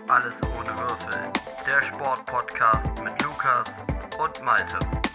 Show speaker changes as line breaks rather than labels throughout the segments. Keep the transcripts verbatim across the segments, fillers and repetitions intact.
Alles ohne Würfel, der Sportpodcast mit Lukas und Malte.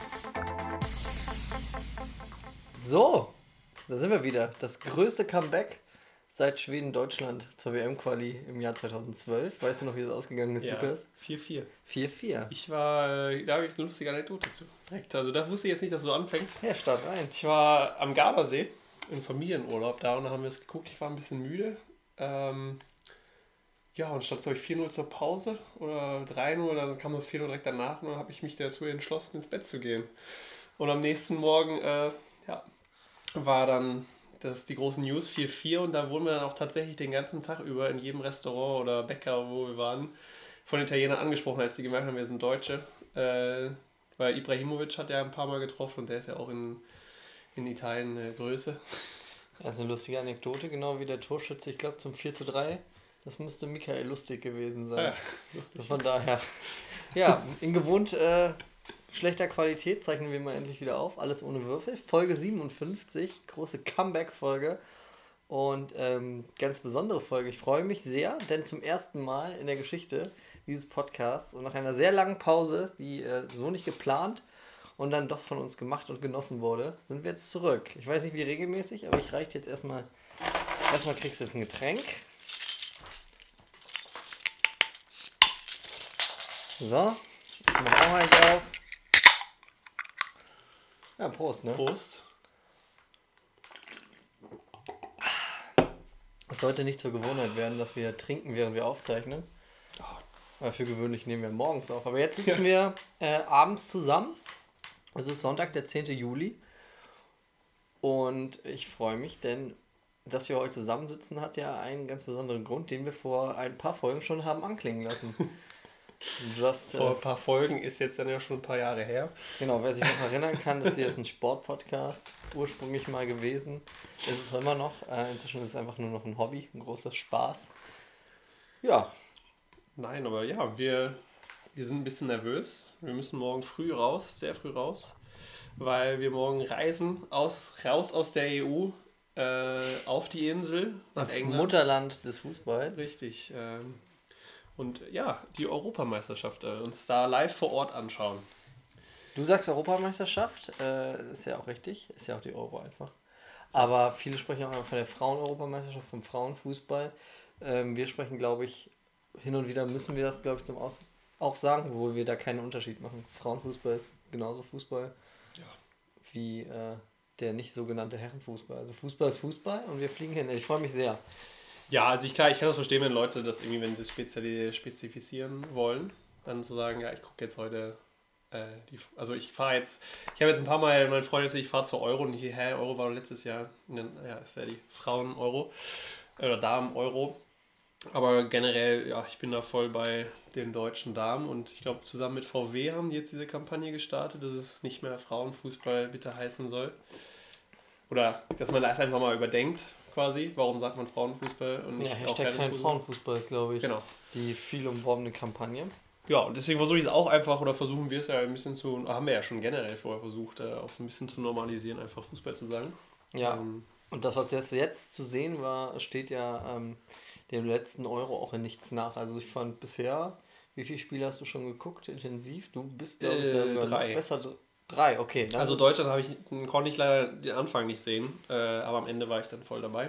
So, da sind wir wieder. Das größte Comeback seit Schweden-Deutschland zur W M-Quali im Jahr zweitausendzwölf. Weißt du noch, wie es ausgegangen ist,
Ja,
Lukas?
vier vier.
vier vier.
Ich war, äh, da habe ich eine lustige Anekdote zu. Direkt. Also da wusste ich jetzt nicht, dass du anfängst.
Ja, start rein.
Ich war am Gardasee im Familienurlaub da und da haben wir es geguckt. Ich war ein bisschen müde. Ähm, ja, und stand es, glaube ich, vier null zur Pause oder drei null, dann kam das vier null direkt danach und dann habe ich mich dazu entschlossen, ins Bett zu gehen. Und am nächsten Morgen, äh, ja, war dann das die großen News vier vier und da wurden wir dann auch tatsächlich den ganzen Tag über in jedem Restaurant oder Bäcker, wo wir waren, von Italienern angesprochen, als sie gemerkt haben, wir sind Deutsche. Äh, weil Ibrahimovic hat ja ein paar Mal getroffen und der ist ja auch in, in Italien eine Größe.
Das ist eine lustige Anekdote, genau wie der Torschütze, ich glaube, zum vier zu drei. Das müsste Michael Lustig gewesen sein.
Ja, lustig.
Von daher, ja, in gewohnt äh, schlechter Qualität zeichnen wir mal endlich wieder auf. Alles ohne Würfel. Folge siebenundfünfzig, große Comeback-Folge und ähm, ganz besondere Folge. Ich freue mich sehr, denn zum ersten Mal in der Geschichte dieses Podcasts und nach einer sehr langen Pause, die äh, so nicht geplant und dann doch von uns gemacht und genossen wurde, sind wir jetzt zurück. Ich weiß nicht, wie regelmäßig, aber ich reiche dir jetzt erstmal, erstmal kriegst du jetzt ein Getränk. So, ich mach auch eins auf. Ja, Prost, ne?
Prost.
Es sollte nicht zur Gewohnheit werden, dass wir trinken, während wir aufzeichnen. Weil für gewöhnlich nehmen wir morgens auf. Aber jetzt sitzen
Ja.
wir äh, abends zusammen. Es ist Sonntag, der zehnten Juli. Und ich freue mich, denn dass wir heute zusammensitzen, hat ja einen ganz besonderen Grund, den wir vor ein paar Folgen schon haben anklingen lassen. Just,
Vor
äh,
ein paar Folgen ist jetzt dann ja schon ein paar Jahre her.
Genau, wer sich noch erinnern kann, das hier ist ein Sportpodcast, ursprünglich mal gewesen. Ist es immer noch. Äh, inzwischen ist es einfach nur noch ein Hobby, ein großer Spaß. Ja,
Nein, aber ja, wir, wir sind ein bisschen nervös. Wir müssen morgen früh raus, sehr früh raus, weil wir morgen reisen aus, raus aus der E U äh, auf die Insel nach
das
England.
Mutterland des Fußballs.
Richtig. Ähm, und ja, die Europameisterschaft äh, uns da live vor Ort anschauen.
Du sagst Europameisterschaft, äh, ist ja auch richtig, ist ja auch die Euro einfach. Aber viele sprechen auch einfach von der Frauen-Europameisterschaft, vom Frauenfußball. Ähm, wir sprechen, glaube ich, hin und wieder müssen wir das, glaube ich, zum Aus auch sagen, wo wir da keinen Unterschied machen. Frauenfußball ist genauso Fußball
Ja.
wie äh, der nicht sogenannte Herrenfußball. Also Fußball ist Fußball und wir fliegen hin. Ich freue mich sehr.
Ja, also ich, klar, ich kann das verstehen, wenn Leute das irgendwie, wenn sie es speziali- spezifizieren wollen, dann zu sagen, ja, ich gucke jetzt heute, äh, die, also ich fahre jetzt, ich habe jetzt ein paar Mal, mein Freund jetzt, ich fahre zur Euro und ich, hä, Euro war doch letztes Jahr, ne, ja, ist ja die Frauen-Euro oder Damen-Euro. Aber generell, ja, ich bin da voll bei den deutschen Damen und ich glaube, zusammen mit V W haben die jetzt diese Kampagne gestartet, dass es nicht mehr Frauenfußball bitte heißen soll. Oder dass man das einfach mal überdenkt, quasi. Warum sagt man Frauenfußball und nicht
Ja,
auch
Hashtag kein
Herrenfußball?
Frauenfußball ist, glaube ich,
Genau.
die viel umworbene Kampagne.
Ja, und deswegen versuche ich es auch einfach, oder versuchen wir es ja ein bisschen zu, haben wir ja schon generell vorher versucht, äh, auch ein bisschen zu normalisieren, einfach Fußball zu sagen.
Ja,
Ähm,
und das, was jetzt, jetzt zu sehen war, steht ja ähm, dem letzten Euro auch in nichts nach. Also ich fand bisher, wie viele Spiele hast du schon geguckt, intensiv? Du bist, glaube ich,
Äh,
da sogar
drei.
noch besser. dr- Drei, okay. Dann
Also Deutschland habe ich, konnte ich leider den Anfang nicht sehen, äh, aber am Ende war ich dann voll dabei.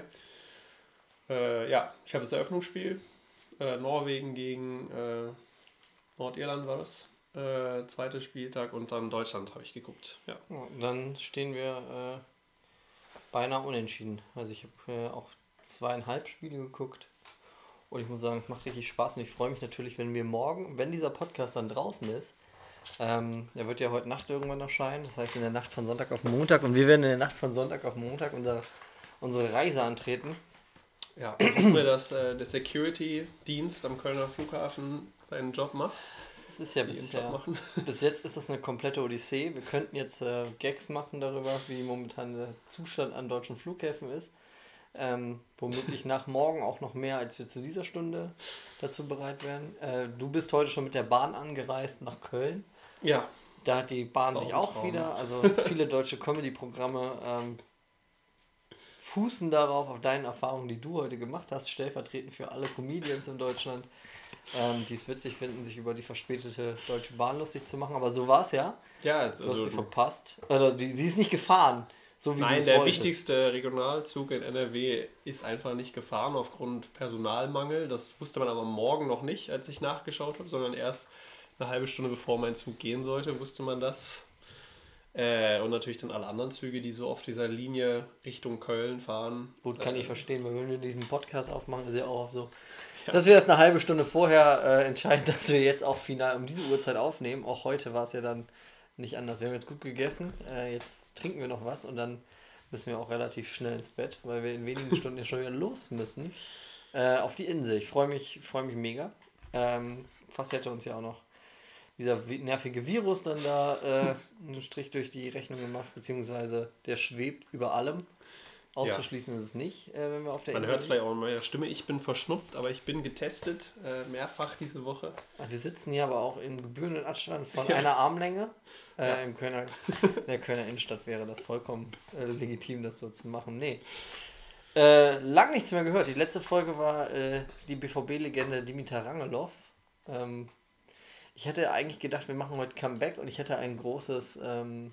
Äh, ja, ich habe das Eröffnungsspiel, äh, Norwegen gegen äh, Nordirland war das, äh, zweiter Spieltag und dann Deutschland habe ich geguckt. Ja.
ja, dann stehen wir äh, beinahe unentschieden. Also ich habe äh, auch zweieinhalb Spiele geguckt. Und ich muss sagen, es macht richtig Spaß und ich freue mich natürlich, wenn wir morgen, wenn dieser Podcast dann draußen ist, ähm, der wird ja heute Nacht irgendwann erscheinen, das heißt in der Nacht von Sonntag auf Montag und wir werden in der Nacht von Sonntag auf Montag unser, unsere Reise antreten.
Ja, ich hoffe, dass äh, der Security-Dienst am Kölner Flughafen seinen Job macht.
Das ist ja
dass sie ihren
bisher,
Job machen.
bis jetzt ist das eine komplette Odyssee. Wir könnten jetzt äh, Gags machen darüber, wie momentan der Zustand an deutschen Flughäfen ist. Ähm, womöglich nach morgen auch noch mehr, als wir zu dieser Stunde dazu bereit wären. Äh, du bist heute schon mit der Bahn angereist nach Köln.
Ja,
Da hat die Bahn
Das war
sich
auch ein
auch
Traum.
wieder, also viele deutsche Comedy-Programme ähm, fußen darauf, auf deinen Erfahrungen, die du heute gemacht hast, stellvertretend für alle Comedians in Deutschland, ähm, die es witzig finden, sich über die verspätete Deutsche Bahn lustig zu machen. Aber so war es ja.
Ja,
Du hast
also
sie verpasst. Oder die, sie ist nicht gefahren, so wie du
nein,
es
der
wolltest.
wichtigste Regionalzug in N R W ist einfach nicht gefahren aufgrund Personalmangel. Das wusste man aber morgen noch nicht, als ich nachgeschaut habe, sondern erst eine halbe Stunde bevor mein Zug gehen sollte, wusste man das. Äh, und natürlich dann alle anderen Züge, die so auf dieser Linie Richtung Köln fahren.
Gut, kann
äh,
ich verstehen, weil wenn wir diesen Podcast aufmachen, ist ja auch so,
Ja.
dass wir erst eine halbe Stunde vorher äh, entscheiden, dass wir jetzt auch final um diese Uhrzeit aufnehmen. Auch heute war es ja dann nicht anders. Wir haben jetzt gut gegessen, äh, jetzt trinken wir noch was und dann müssen wir auch relativ schnell ins Bett, weil wir in wenigen Stunden ja schon wieder los müssen äh, auf die Insel. Ich freue mich, freue mich mega. Ähm, fast hätte uns ja auch noch dieser wi- nervige Virus dann da äh, einen Strich durch die Rechnung gemacht, beziehungsweise der schwebt über allem. Auszuschließen ist es nicht, äh, wenn wir auf der
Man
Insel
hört es
sind.
vielleicht auch in meiner Stimme, ich bin verschnupft, aber ich bin getestet, äh, mehrfach diese Woche.
Ah, Wir sitzen hier aber auch im gebührenden Abstand von
Ja.
einer Armlänge. Äh,
Ja.
im Kölner, in der Kölner Innenstadt wäre das vollkommen äh, legitim, das so zu machen. Nee. Äh, lang nichts mehr gehört. Die letzte Folge war äh, die B V B-Legende Dimitar Rangelov. Ähm, ich hätte eigentlich gedacht, wir machen heute Comeback und ich hätte ein großes, ähm,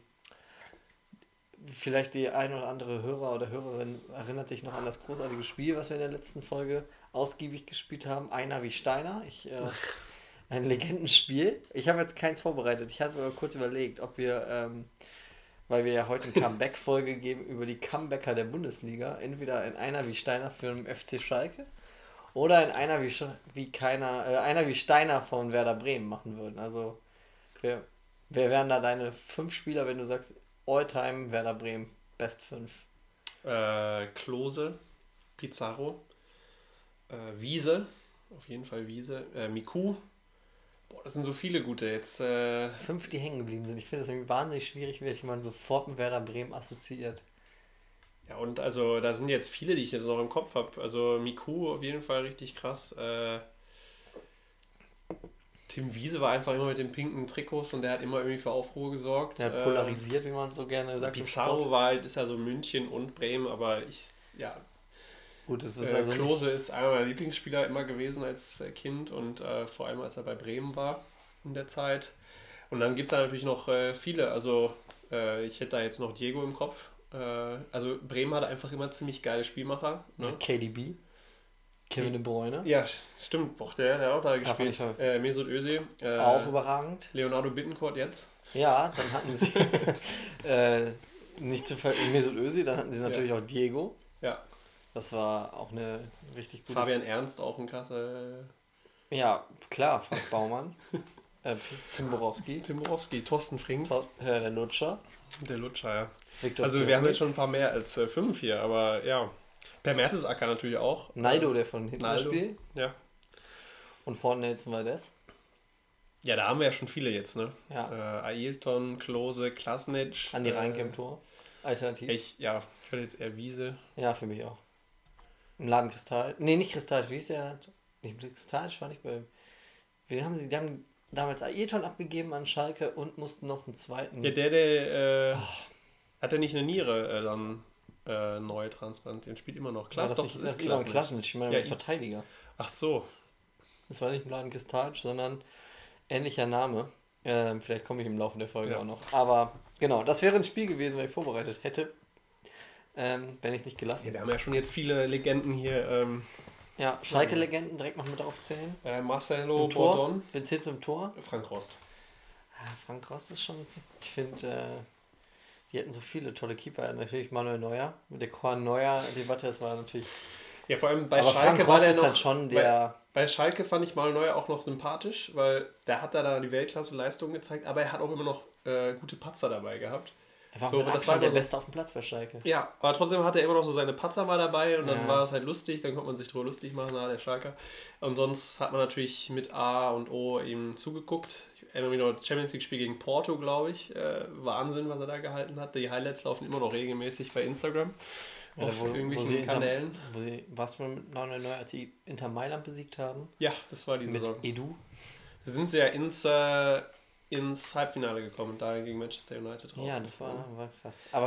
vielleicht die ein oder andere Hörer oder Hörerin erinnert sich noch an das großartige Spiel, was wir in der letzten Folge ausgiebig gespielt haben. Einer wie Steiner. Ich, äh, ein Legendenspiel. Ich habe jetzt keins vorbereitet. Ich hatte aber kurz überlegt, ob wir, ähm, weil wir ja heute eine Comeback-Folge geben über die Comebacker der Bundesliga, entweder in einer wie Steiner für den F C Schalke oder in einer wie, Sch- wie keiner, äh, einer wie Steiner von Werder Bremen machen würden. Also wer, wer wären da deine fünf Spieler, wenn du sagst All-Time Werder Bremen Best fünf?
Äh, Klose, Pizarro, äh, Wiese, auf jeden Fall Wiese, äh, Miku. Boah, das sind so viele gute jetzt. Äh,
Fünf, die hängen geblieben sind. Ich finde es irgendwie wahnsinnig schwierig, welche man sofort mit Werder Bremen assoziiert.
ja, und also da sind jetzt viele, die ich jetzt noch im Kopf habe. Also Miku auf jeden Fall richtig krass. Äh, Tim Wiese war einfach immer mit den pinken Trikots und der hat immer irgendwie für Aufruhr gesorgt.
Der hat polarisiert, wie man so gerne sagt. im
Pizarro
Sport.
war halt, ist ja so München und Bremen, aber ich, ja,
Gut, das ist
äh,
also nicht,
Klose ist einer meiner Lieblingsspieler immer gewesen als äh, Kind und äh, vor allem als er bei Bremen war in der Zeit. Und dann gibt es da natürlich noch äh, viele, also äh, ich hätte da jetzt noch Diego im Kopf. Äh, also Bremen hatte einfach immer ziemlich geile Spielmacher. Ne?
K D B, Kevin De Bruyne,
Ja, stimmt, boah, der, der hat auch da
Darf man
gespielt.
nicht
Äh, Mesut Özil, äh,
auch überragend.
Leonardo Bittencourt jetzt.
Ja, dann hatten sie äh, nicht zu ver Mesut Özil, dann hatten sie natürlich auch Diego.
Ja,
Das war auch eine richtig gute
Fabian Ernst auch in Kassel.
Ja, klar, Frank Baumann, äh, Tim Borowski,
Tim Borowski, Thorsten Frings,
To- äh, der Lutscher,
der Lutscher, ja.
Viktor
Also wir haben
Sturmik,
jetzt schon ein paar mehr als äh, fünf hier, aber ja. Per Mertesacker natürlich auch.
Naldo, der von hinten
Naldo.
spielt,
Ja.
und vorne Nelson Valdez.
Ja, da haben wir ja schon viele jetzt, ne?
Ja,
Äh, Ailton, Klose, Klasnic.
Andi
äh,
Reinke im Tor. Alternativ.
Ich, ja, ich hätte jetzt eher Wiese.
Ja, für mich auch. Im Laden Kristall. Nee, nicht Kristall, wie ist der? Nicht Kristall, war nicht bei. Wir haben sie, die haben damals Ayrton abgegeben an Schalke und mussten noch einen zweiten.
Ja, der, der, äh, hat er nicht eine Niere äh, dann äh, neu transplantiert? Spielt immer noch.
Ja,
Klasse,
das,
doch,
nicht,
das
das
ist
ist immer
Klasnic.
Klasnic, ich meine
Ja,
ja,
ich-
Verteidiger.
Ach so.
Das war nicht im Laden Kristall, sondern ähnlicher Name. Ähm, vielleicht komme ich im Laufe der Folge
Ja.
auch noch. Aber genau, das wäre ein Spiel gewesen, wenn ich vorbereitet hätte. Ähm, wenn ich es nicht gelassen
Ja,
hätte.
wir haben ja schon jetzt viele Legenden hier. Ähm,
Ja, Schalke-Legenden direkt noch mit aufzählen.
äh, Marcelo
Im Tor.
Bordon,
Wen zählst du im Tor?
Frank Rost.
Ah, Frank Rost ist schon. Ich finde, äh, die hatten so viele tolle Keeper. Natürlich Manuel Neuer. Mit der Korn Neuer-Debatte, das war natürlich.
Ja, vor allem bei
aber
Schalke
Frank
war
Rost
der
ist
noch.
dann schon der.
Bei Schalke fand ich Manuel Neuer auch noch sympathisch, weil der hat da die Weltklasse-Leistung gezeigt, aber er hat auch immer noch äh, gute Patzer dabei gehabt.
Er war
So,
mit
das
Abstand
war
der
immer so-
Beste auf dem Platz bei Schalke.
Ja, aber trotzdem hatte er immer noch so seine Patzer mal dabei und dann
Ja.
war es halt lustig, dann konnte man sich drüber lustig machen, na, der Schalker. Und sonst hat man natürlich mit A und O ihm zugeguckt. Ich erinnere mich noch, das Champions League-Spiel gegen Porto, glaube ich. Äh, Wahnsinn, was er da gehalten hat. Die Highlights laufen immer noch regelmäßig bei Instagram.
Ja,
auf
wo, wo
irgendwelchen
sie Inter,
Kanälen.
wo sie, was für mit Manuel Neuer, als sie Inter Mailand besiegt haben.
Ja, das war die
Mit
Saison.
Edu.
Da sind sie ja ins, äh, ins Halbfinale gekommen, da gegen Manchester United raus.
Ja, das war, war krass. Aber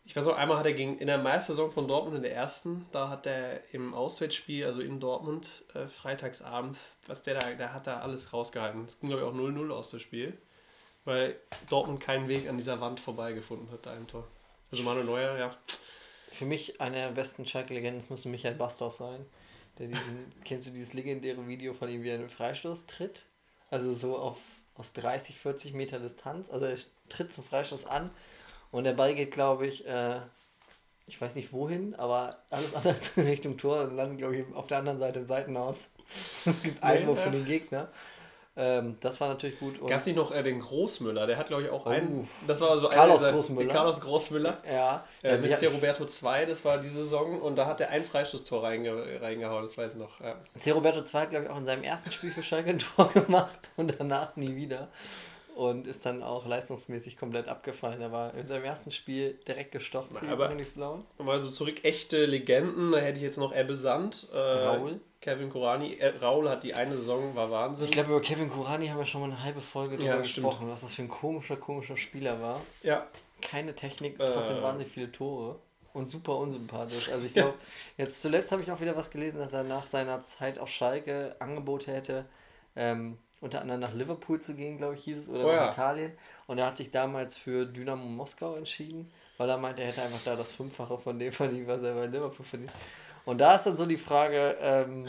ich weiß noch, einmal hat er gegen, in der Meistersaison von Dortmund in der ersten, da hat er im Auswärtsspiel, also in Dortmund, äh, freitagsabends, was der da, der hat da alles rausgehalten. Es ging, glaube ich, auch null null aus das Spiel, weil Dortmund keinen Weg an dieser Wand vorbeigefunden hat, da im Tor. Also Manuel Neuer, ja.
Für mich eine der besten Schalke-Legenden müsste Michael Bastos sein. Der diesen, kennst du dieses legendäre Video von ihm, wie er einen Freistoß tritt? Also so auf, aus dreißig, vierzig Meter Distanz. Also er tritt zum Freistoß an und der Ball geht, glaube ich, äh, ich weiß nicht wohin, aber alles andere als in Richtung Tor und landet, glaube ich, auf der anderen Seite im Seitenhaus. Es gibt Einwurf für den Gegner. Ähm, das war natürlich gut.
Gab es nicht noch äh, den Großmüller? Der hat, glaube ich, auch
Oh,
einen. Das war so
Carlos
einer,
Großmüller.
Carlos Großmüller.
Ja.
Äh,
ja
mit
hat,
C. Roberto zwei, das war die Saison. Und da hat er ein Freistoßtor reinge, reingehauen, das weiß ich noch. Ja.
C. Roberto zwei hat, glaube ich, auch in seinem ersten Spiel für Schalke ein Tor gemacht und danach nie wieder. Und ist dann auch leistungsmäßig komplett abgefallen. Er war in seinem ersten Spiel direkt gestochen für die Königsblauen.
Mal so zurück, echte Legenden. Da hätte ich jetzt noch Ebbe Sand. Äh,
Raul.
Kevin Kurani. Äh, Raul hat die eine Saison, war Wahnsinn.
Ich glaube, über Kevin Kurani haben wir schon mal eine halbe Folge drüber
Ja,
gesprochen,
stimmt.
was das für ein komischer, komischer Spieler war.
Ja.
Keine Technik,
Äh.
trotzdem wahnsinnig viele Tore. Und super unsympathisch. Also ich glaube, jetzt zuletzt habe ich auch wieder was gelesen, dass er nach seiner Zeit auf Schalke Angebote hätte, ähm, unter anderem nach Liverpool zu gehen, glaube ich, hieß es, oder
Oh
nach
ja.
Italien. Und er hat sich damals für Dynamo Moskau entschieden, weil er meinte, er hätte einfach da das Fünffache von dem verdient, was er bei Liverpool verdient. Und da ist dann so die Frage, ähm,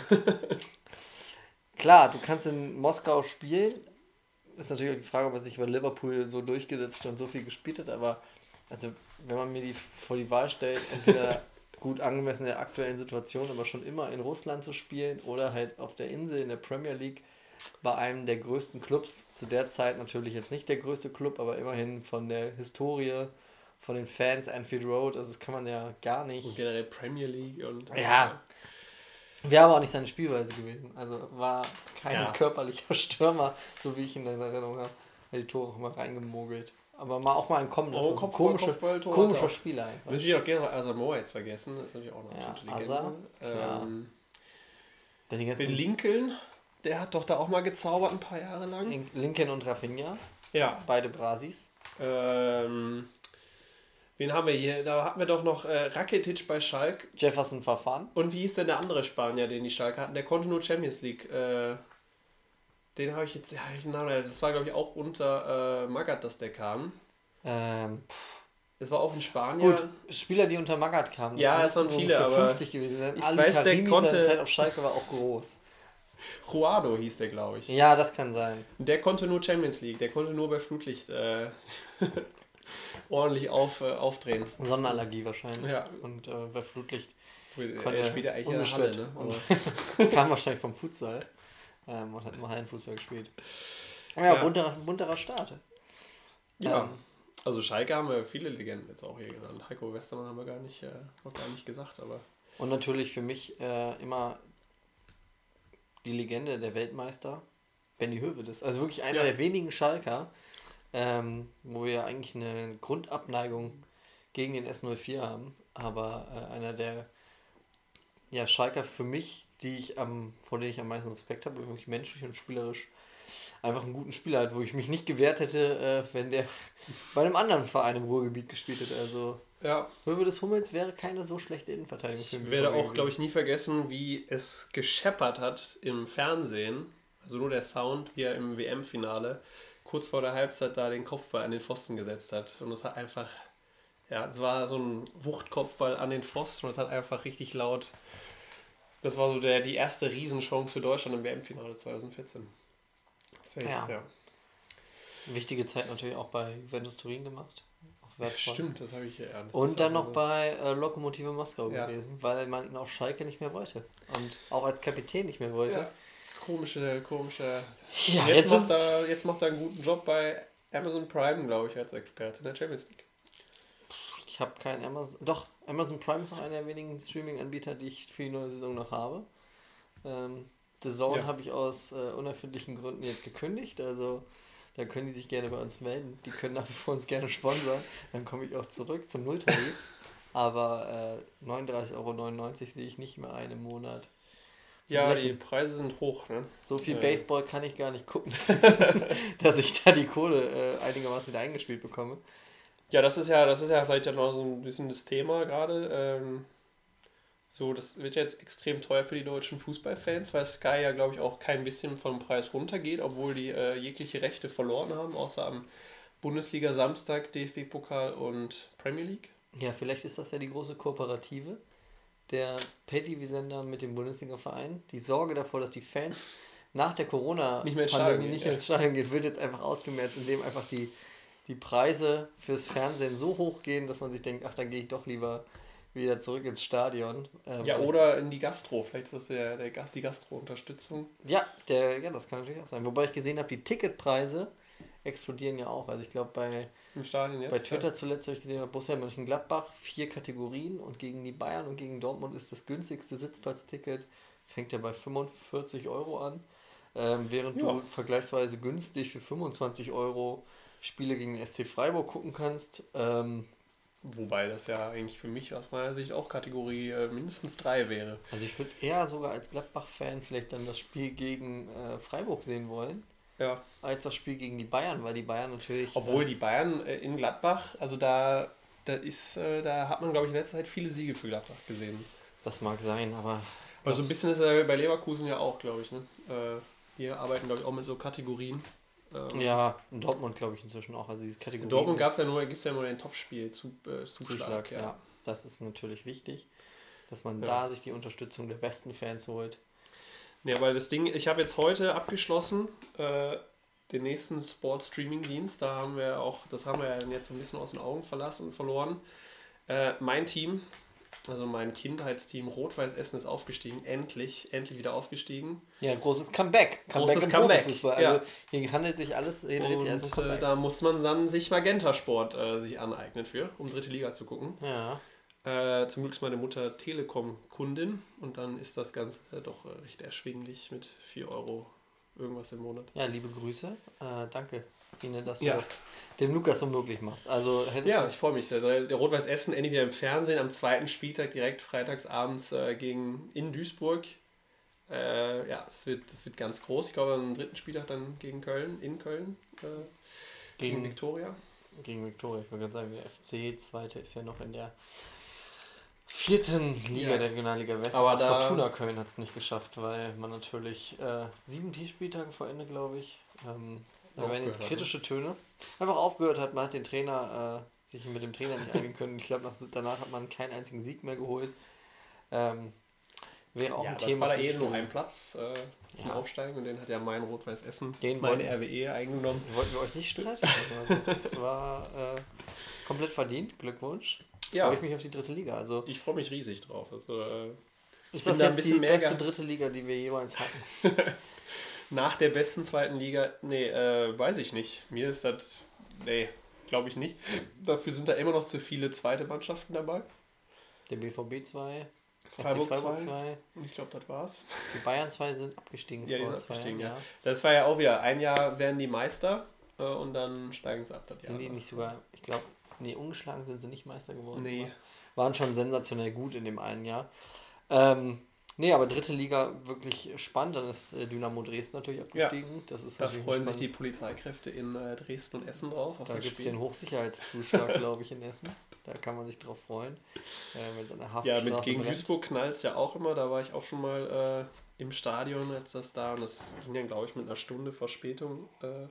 klar, du kannst in Moskau spielen, ist natürlich auch die Frage, ob er sich bei Liverpool so durchgesetzt hat und so viel gespielt hat, aber also wenn man mir die vor die Wahl stellt, entweder gut angemessen in der aktuellen Situation, aber schon immer in Russland zu spielen oder halt auf der Insel in der Premier League bei einem der größten Clubs, zu der Zeit natürlich jetzt nicht der größte Club, aber immerhin von der Historie, von den Fans, Anfield Road, also das kann man ja gar nicht.
Und generell Premier League und...
Ja. Wäre aber auch nicht seine Spielweise gewesen. Also war kein
Ja.
körperlicher Stürmer, so wie ich ihn in Erinnerung habe. Hat die Tore auch mal reingemogelt. Aber mal auch mal ein kommen lassen.
Oh,
Also
Kopfball-
komische,
Kopfballtor
komischer
hat er auch.
Spieler einfach.
Natürlich auch gerne Asamoah jetzt vergessen, das ist natürlich auch noch eine
Ja,
absolute
Asa,
Legende.
klar.
Ähm,
Denn die
den
ganzen
Lincoln, der hat doch da auch mal gezaubert ein paar Jahre lang.
Lin- Lincoln und Rafinha,
Ja.
beide Brasis.
Ähm, wen haben wir hier? Da hatten wir doch noch äh, Rakitic bei Schalke.
Jefferson Verfahren.
Und wie hieß denn der andere Spanier, den die Schalke hatten? Der konnte nur Champions League. Äh, den habe ich jetzt, ja, ich, na, das war glaube ich auch unter äh, Magath, dass der kam.
Ähm,
Das war auch ein Spanier.
gut, Spieler, die unter Magath kamen.
Ja, es waren
müssten
viele,
für
aber
fünfzig gewesen sein.
ich
Ali
weiß, der
Karimi,
konnte-
seine Zeit auf Schalke war auch groß.
Juado hieß der, glaube ich.
Ja, das kann sein.
Und der konnte nur Champions League. Der konnte nur bei Flutlicht äh, ordentlich auf, äh, aufdrehen.
Sonnenallergie wahrscheinlich.
Ja.
Und äh, bei Flutlicht
Er spielt ja eigentlich in der Halle,
ungestört.
ne?
Und kam wahrscheinlich vom Futsal ähm, und hat immer Hallenfußball gespielt. Ja,
Ja.
bunterer, bunterer Start.
Ja.
Ähm,
Also Schalke haben wir viele Legenden jetzt auch hier genannt. Heiko Westermann haben wir gar nicht, äh, noch gar nicht gesagt, aber...
Und natürlich für mich äh, immer die Legende der Weltmeister, Benny Höwedes. Also wirklich einer
Ja.
der wenigen Schalker, ähm, wo wir eigentlich eine Grundabneigung gegen den S null vier haben. Aber äh, einer der ja, Schalker für mich, die ich am, vor denen ich am meisten Respekt habe, wirklich menschlich und spielerisch einfach einen guten Spieler hat, wo ich mich nicht gewehrt hätte, äh, wenn der bei einem anderen Verein im Ruhrgebiet gespielt hätte. Also
Ja,
Höwedes Hummels wäre keine so schlechte Innenverteidigung für
ich
mich.
werde auch, glaube ich, nie vergessen, wie es gescheppert hat im Fernsehen. Also nur der Sound, wie er im W M-Finale kurz vor der Halbzeit da den Kopfball an den Pfosten gesetzt hat. Und es hat einfach, ja, es war so ein Wuchtkopfball an den Pfosten und es hat einfach richtig laut. Das war so der, die erste Riesenchance für Deutschland im W M-Finale zwanzig vierzehn. Das wäre
Ja.
ja.
Wichtige Zeit natürlich auch bei Juventus Turin gemacht. Auch wertvoll.
Stimmt, das habe ich ja. Das ist
Und dann
auch
noch
so-
bei äh, Lokomotive Moskau
Ja.
gewesen, weil man ihn auf Schalke nicht mehr wollte. Und auch als Kapitän nicht mehr wollte.
Ja, komische, komische.
Ja,
jetzt,
jetzt
macht
sind's-
er, jetzt macht er einen guten Job bei Amazon Prime, glaube ich, als Experte in der Champions League.
Ich habe keinen Amazon. Doch, Amazon Prime ist noch einer der wenigen Streaming-Anbieter, die ich für die neue Saison noch habe. Ähm, The Zone
Ja.
habe ich aus äh, unerfindlichen Gründen jetzt gekündigt. Also da können die sich gerne bei uns melden. Die können nach wie vor uns gerne sponsern. Dann komme ich auch zurück zum Nulltarif. Aber äh, neununddreißig Euro neunundneunzig sehe ich nicht mehr ein im Monat. Zum
Ja,
Brechen.
die Preise sind hoch, ne?
So viel
Äh.
Baseball kann ich gar nicht gucken, dass ich da die Kohle äh, einigermaßen wieder eingespielt bekomme.
Ja, das ist ja, das ist ja vielleicht ja noch so ein bisschen das Thema gerade. Ähm, so, das wird jetzt extrem teuer für die deutschen Fußballfans, weil Sky ja, glaube ich, auch kein bisschen vom Preis runtergeht, obwohl die äh, jegliche Rechte verloren haben, außer am Bundesliga Samstag, D F B-Pokal und Premier League.
Ja, vielleicht ist das ja die große Kooperative der Pay-T V-Sender mit dem Bundesliga-Verein. Die Sorge davor, dass die Fans nach der
Nicht mehr ins Stadion
Corona-Pandemie
gehen,
nicht
ja.
ins Stadion gehen, wird jetzt einfach ausgemerzt, indem einfach die, die Preise fürs Fernsehen so hoch gehen, dass man sich denkt, ach, dann gehe ich doch lieber wieder zurück ins Stadion. Ähm,
Ja,
weil ich-
oder in die Gastro, vielleicht ist das der, der Gast, die Gastro-Unterstützung.
Ja, der, ja, das kann natürlich auch sein. Wobei ich gesehen habe, die Ticketpreise explodieren ja auch. Also ich glaube, bei,
Im Stadion jetzt.
bei Twitter zuletzt habe ich gesehen, bei Borussia Mönchengladbach vier Kategorien und gegen die Bayern und gegen Dortmund ist das günstigste Sitzplatzticket, fängt ja bei fünfundvierzig Euro an, ähm, während
Ja.
du vergleichsweise günstig für fünfundzwanzig Euro Spiele gegen den S C Freiburg gucken kannst. Ähm,
Wobei das ja eigentlich für mich aus meiner Sicht auch Kategorie äh, mindestens drei wäre.
also ich würde eher sogar als Gladbach-Fan vielleicht dann das Spiel gegen äh, Freiburg sehen wollen,
Ja.
als das Spiel gegen die Bayern, weil die Bayern natürlich...
Obwohl
äh,
die Bayern äh, in Gladbach, also da, da ist, äh, da hat man, glaube ich, in letzter Zeit viele Siege für Gladbach gesehen.
das mag sein, aber...
Aber so ein bisschen ist er bei Leverkusen ja auch, glaube ich. Ne? Äh, die arbeiten, glaube ich, auch mit so Kategorien. Ähm,
Ja, in Dortmund glaube ich inzwischen auch. Also diese Kategorie.
In Dortmund gab's ja nur, gibt es ja nur den Topspiel, zu, äh, Zuschlag.
Zuschlag, ja.
ja.
Das ist natürlich wichtig, dass man
Ja.
da sich die Unterstützung der besten Fans holt.
Ja, weil das Ding, ich habe jetzt heute abgeschlossen, äh, den nächsten Sport-Streaming-Dienst, da haben wir auch, das haben wir ja jetzt ein bisschen aus den Augen verlassen, verloren. Äh, mein Team, also mein Kindheitsteam Rot-Weiß Essen ist aufgestiegen, endlich, endlich wieder aufgestiegen.
Ja, großes Comeback.
Großes
im
Comeback,
Profifußball. Also
ja.
hier handelt sich alles, hier dreht sich alles um
Und äh,
Comebacks.
da muss man dann sich Magenta-Sport äh, sich aneignen für, um dritte Liga zu gucken.
Ja,
Äh, zum Glück ist meine Mutter Telekom-Kundin und dann ist das Ganze äh, doch äh, recht erschwinglich mit vier Euro irgendwas im Monat.
ja, liebe Grüße. Äh, danke, Ihnen, dass du
Ja.
das dem Lukas so möglich machst. Also hättest
Ja,
du,
ich freue mich. Der, der Rot-Weiß Essen endlich wieder im Fernsehen am zweiten Spieltag direkt freitagsabends äh, gegen in Duisburg. Äh, ja, das wird, das wird ganz groß. Ich glaube am dritten Spieltag dann gegen Köln, in Köln, äh, gegen,
Gegen-
Viktoria.
gegen Viktoria, ich würde gerade sagen, der F C Zweite ist ja noch in der vierten Liga
Ja.
der Regionalliga West.
Aber
Aber
da-
Fortuna Köln hat es nicht geschafft, weil man natürlich äh, sieben Spieltage vor Ende, glaube ich, ähm, da werden
Aufgehört
jetzt
hat,
kritische Töne, einfach aufgehört hat, man hat den Trainer, äh, sich mit dem Trainer nicht einigen können. Ich glaube, danach hat man keinen einzigen Sieg mehr geholt. Ähm, wäre auch
Ja,
ein
das
Thema.
war da
für
eh
sich
nur
gewesen.
ein Platz äh, zum
Ja.
Aufsteigen und den hat ja mein Rot-Weiß Essen,
Den
meine
wollten-
R W E eingenommen.
Wollten wir euch nicht streiten, aber das war äh, komplett verdient. Glückwunsch.
Ja.
Freue ich mich auf die dritte Liga. Also
Ich freue mich riesig drauf. Also, äh,
ist
bin
das
da ein
jetzt die
bisschen mehr
beste
ge-
dritte Liga, die wir jemals hatten?
nach der besten zweiten Liga, nee, äh, weiß ich nicht. Mir ist das, nee, glaube ich nicht. Dafür sind da immer noch zu viele zweite Mannschaften dabei.
Der B V B zwei,
Freiburg
S C Freiburg
zwei.
zwei,
Und ich glaube, das war's.
die Bayern zwei sind abgestiegen
Ja, die
vor
sind
zwei
abgestiegen,
Jahren.
ja. Das war ja auch wieder, ein Jahr werden die Meister äh, und dann steigen sie ab. Das Jahr
Sind die
danach.
nicht sogar, ich glaube, nee, ungeschlagen sind sie nicht Meister geworden.
Nee.
aber Waren schon sensationell gut in dem einen Jahr. Ähm, nee, aber dritte Liga wirklich spannend. Dann ist äh, Dynamo Dresden natürlich abgestiegen. Das ist
Da
natürlich
freuen sich
spannend.
die Polizeikräfte in äh, Dresden und Essen drauf. Auf
Da
das
gibt es
Spiel.
den Hochsicherheitszuschlag, glaube ich, in Essen. Da kann man sich drauf freuen. Äh, wenn es an der
Ja,
Haftstraße
mit gegen
brennt.
Duisburg knallt es ja auch immer. Da war ich auch schon mal äh, im Stadion, als das da, und das ging dann, glaube ich, mit einer Stunde Verspätung. Äh,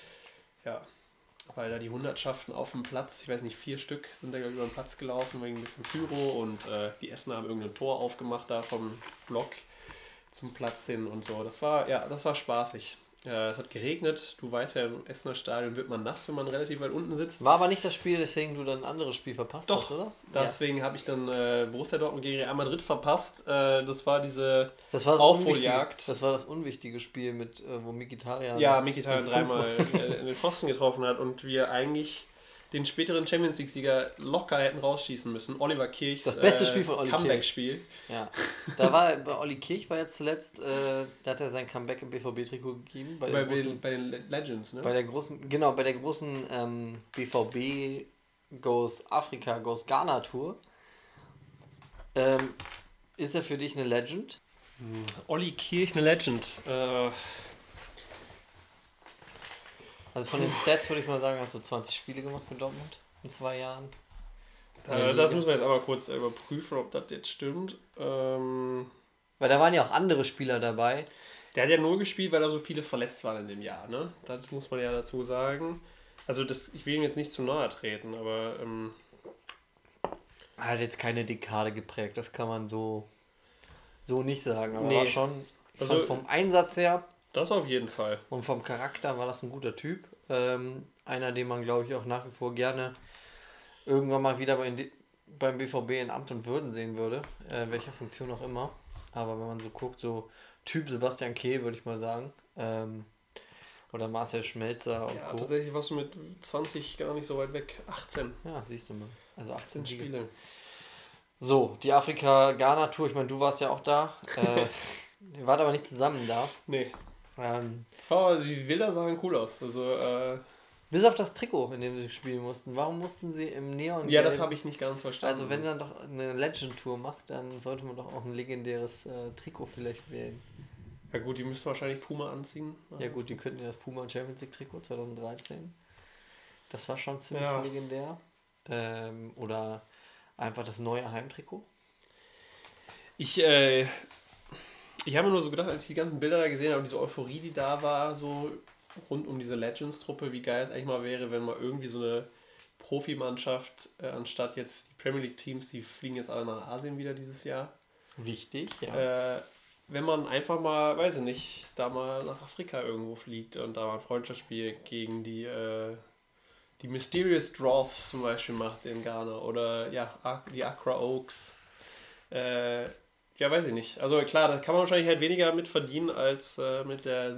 ja, weil da die Hundertschaften auf dem Platz, ich weiß nicht, vier Stück sind da glaub ich, über den Platz gelaufen wegen ein bisschen Pyro und äh, die Essener haben irgendein Tor aufgemacht da vom Block zum Platz hin und so. Das war, ja, das war spaßig. Äh, es hat geregnet. Du weißt ja, im Essener Stadion wird man nass, wenn man relativ weit unten sitzt.
War aber nicht das Spiel, deswegen du dann ein anderes Spiel verpasst
Doch,
hast, oder?
Deswegen habe ich dann äh, Borussia Dortmund gegen Real Madrid verpasst. Äh, das war diese
Das war das
Aufholjagd.
unwichtige, das war das unwichtige Spiel, mit, äh, wo Mkhitaryan
Ja, Mkhitaryan
mit
dreimal
fünf-
äh, in den Pfosten getroffen hat und wir eigentlich den späteren Champions League-Sieger locker hätten rausschießen müssen. Oliver Kirchs
Das beste Spiel von Oli
Comeback-Spiel.
Ja, da war bei Olli Kirch war jetzt zuletzt, äh, da hat er sein Comeback im B V B-Trikot gegeben. Bei,
Bei,
der großen,
den, bei den Legends, ne?
bei der großen, genau, bei der großen ähm, B V B Goes Afrika, Goes Ghana Tour. Ähm, ist er für dich eine Legend?
Olli Kirch, eine Legend. Äh,
Also von den Stats würde ich mal sagen, er hat so zwanzig Spiele gemacht für Dortmund. in zwei Jahren.
Da, das müssen wir jetzt aber kurz überprüfen, ob das jetzt stimmt. Ähm,
weil da waren ja auch andere Spieler dabei.
Der hat ja nur gespielt, weil da so viele verletzt waren in dem Jahr, ne? Das muss man ja dazu sagen. Also das, ich will ihm jetzt nicht zu nahe treten, aber... Ähm,
er hat jetzt keine Dekade geprägt, das kann man so, so nicht sagen. Aber
nee.
war schon, ich
also,
fand vom Einsatz her...
Das auf jeden Fall.
Und vom Charakter war das ein guter Typ. Ähm, einer, den man, glaube ich, auch nach wie vor gerne irgendwann mal wieder bei, beim B V B in Amt und Würden sehen würde. Äh, welcher Funktion auch immer. Aber wenn man so guckt, so Typ Sebastian Kehl, würde ich mal sagen. Ähm, oder Marcel Schmelzer und
ja,
Co.
Tatsächlich warst du mit zwanzig gar nicht so weit weg. achtzehn.
Ja, siehst du mal. Also achtzehn
Spiele.
So, die Afrika-Ghana-Tour, ich meine, du warst ja auch da. Äh, ihr wart aber nicht zusammen da.
Nee.
Ähm,
das war, die Bilder sahen cool aus. Also, äh,
bis auf das Trikot, in dem sie spielen mussten. Warum mussten sie im Neon?
Ja, das habe ich nicht ganz verstanden.
Also wenn man doch eine Legend-Tour macht, dann sollte man doch auch ein legendäres äh, Trikot vielleicht wählen.
Ja gut, die müssten wahrscheinlich Puma anziehen.
Ja gut, die könnten ja das Puma Champions League Trikot zwanzig dreizehn. Das war schon ziemlich
ja.
legendär. Ähm, oder einfach das neue Heimtrikot.
Ich, äh, ich habe mir nur so gedacht, als ich die ganzen Bilder da gesehen habe, diese Euphorie, die da war, so rund um diese Legends-Truppe, wie geil es eigentlich mal wäre, wenn mal irgendwie so eine Profimannschaft, äh, anstatt jetzt die Premier League-Teams, die fliegen jetzt alle nach Asien wieder dieses Jahr.
Wichtig, ja.
Äh, wenn man einfach mal, weiß ich nicht, da mal nach Afrika irgendwo fliegt und da mal ein Freundschaftsspiel gegen die, äh, die Mysterious Dwarfs zum Beispiel macht in Ghana oder ja, die Accra Oaks. Äh, ja, weiß ich nicht. Also klar, da kann man wahrscheinlich halt weniger mit verdienen als äh, mit der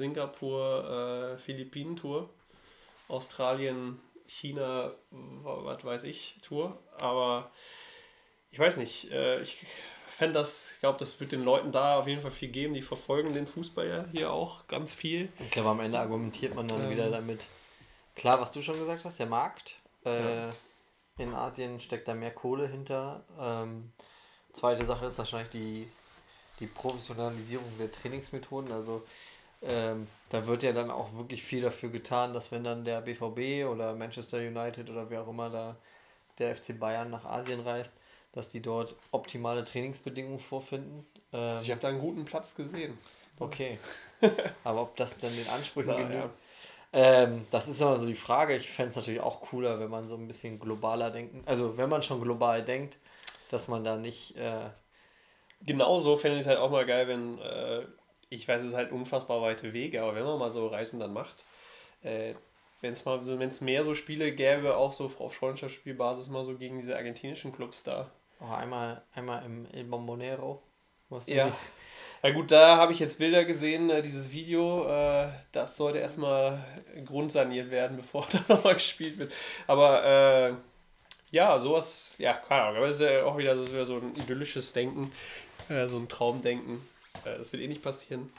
Singapur-Philippinen-Tour. Australien, China, was weiß ich, Tour. Aber ich weiß nicht, äh, ich fände das, ich glaube, das wird den Leuten da auf jeden Fall viel geben, die verfolgen den Fußball ja hier auch ganz viel.
Ich glaube, am Ende argumentiert man dann ähm. wieder damit. Klar, was du schon gesagt hast, der Markt. Äh, ja. In Asien steckt da mehr Kohle hinter. Ähm, zweite Sache ist wahrscheinlich die, die Professionalisierung der Trainingsmethoden. Also ähm, da wird ja dann auch wirklich viel dafür getan, dass wenn dann der B V B oder Manchester United oder wer auch immer da der F C Bayern nach Asien reist, dass die dort optimale Trainingsbedingungen vorfinden. Ähm,
also ich habe da einen guten Platz gesehen.
Okay. Aber ob das dann den Ansprüchen
Na,
genügt?
ja.
Ähm, das ist immer so die Frage. Ich fände es natürlich auch cooler, wenn man so ein bisschen globaler denken, also wenn man schon global denkt, dass man da nicht... Äh
Genauso fände ich es halt auch mal geil, wenn, äh, ich weiß, es ist halt unfassbar weite Wege, aber wenn man mal so Reisen dann macht, äh, wenn es mal so, wenn es mehr so Spiele gäbe, auch so auf Freundschaftsspielbasis mal so gegen diese argentinischen Clubs da.
Oh, einmal, einmal im El Bombonero. Was
ja. Ja gut, da habe ich jetzt Bilder gesehen, äh, dieses Video, äh, das sollte erstmal grundsaniert werden, bevor da nochmal gespielt wird. Aber äh, ja, sowas, ja, keine Ahnung, aber das ist ja auch wieder so, wieder so ein idyllisches Denken, äh, so ein Traumdenken. Äh, das wird eh nicht passieren.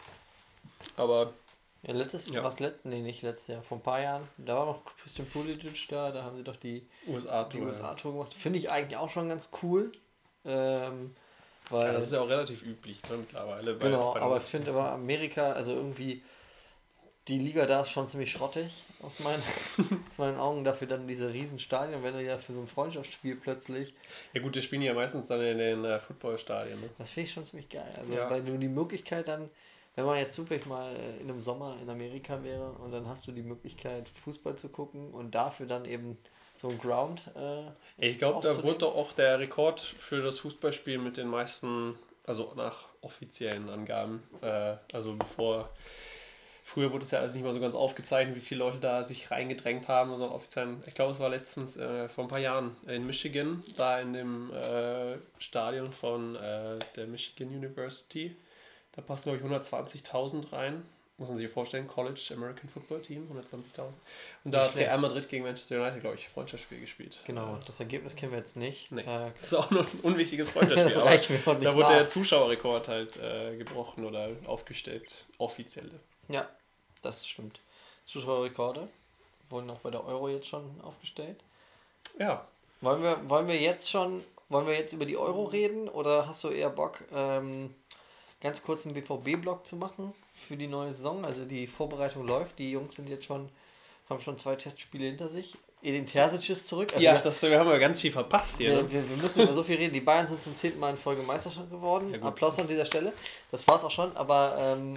Aber
ja, letztes,
ja.
was let, nee, nicht letztes Jahr, vor ein paar Jahren, da war noch Christian Pulisic da, da haben sie doch die
U S A-Tour
U S A-Tour gemacht. Finde ich eigentlich auch schon ganz cool. Ähm, Weil,
ja, das ist ja auch relativ üblich, ne, mittlerweile. Bei,
genau,
bei
aber ich finde aber Amerika, also irgendwie, die Liga da ist schon ziemlich schrottig, aus meinen, aus meinen Augen. Dafür dann diese Riesenstadien, wenn du ja für so ein Freundschaftsspiel plötzlich...
Ja gut, die spielen ja meistens dann in den äh, Footballstadien. Ne?
Das finde ich schon ziemlich geil. Also,
ja.
weil du die Möglichkeit dann, wenn man jetzt zufällig mal in einem Sommer in Amerika wäre und dann hast du die Möglichkeit, Fußball zu gucken und dafür dann eben... so ein Ground. Äh,
ich glaube, da wurde doch auch der Rekord für das Fußballspiel mit den meisten, also nach offiziellen Angaben, äh, also bevor, früher wurde es ja alles nicht mal so ganz aufgezeichnet, wie viele Leute da sich reingedrängt haben, also offiziell, ich glaube, es war letztens äh, vor ein paar Jahren in Michigan, da in dem äh, Stadion von äh, der Michigan University, da passen, glaube ich, hundertzwanzigtausend rein. Muss man sich vorstellen, College American Football Team, hundertzwanzigtausend. Und da hat Real Madrid gegen Manchester United, glaube ich, Freundschaftsspiel gespielt.
Genau, das Ergebnis kennen wir jetzt nicht.
Nee,
äh,
das ist auch nur ein unwichtiges Freundschaftsspiel.
das reicht mir auch nicht
da wurde
nach.
der Zuschauerrekord halt äh, gebrochen oder aufgestellt, offiziell.
Ja, das stimmt. Zuschauerrekorde wurden auch bei der Euro jetzt schon aufgestellt.
Ja.
Wollen wir, wollen wir jetzt schon, wollen wir jetzt über die Euro reden oder hast du eher Bock, ähm, ganz kurz einen B V B-Block zu machen für die neue Saison? Also die Vorbereitung läuft, die Jungs sind jetzt schon, haben schon zwei Testspiele hinter sich. Edin Terzic ist zurück. Also
ja,
wir,
das, wir haben ja ganz viel verpasst hier.
wir,
Ne?
wir, wir müssen über so viel reden. Die Bayern sind zum zehnten Mal in Folge Meisterschaft geworden.
Ja, gut,
Applaus
das
an dieser Stelle. Das war's auch schon, aber ähm,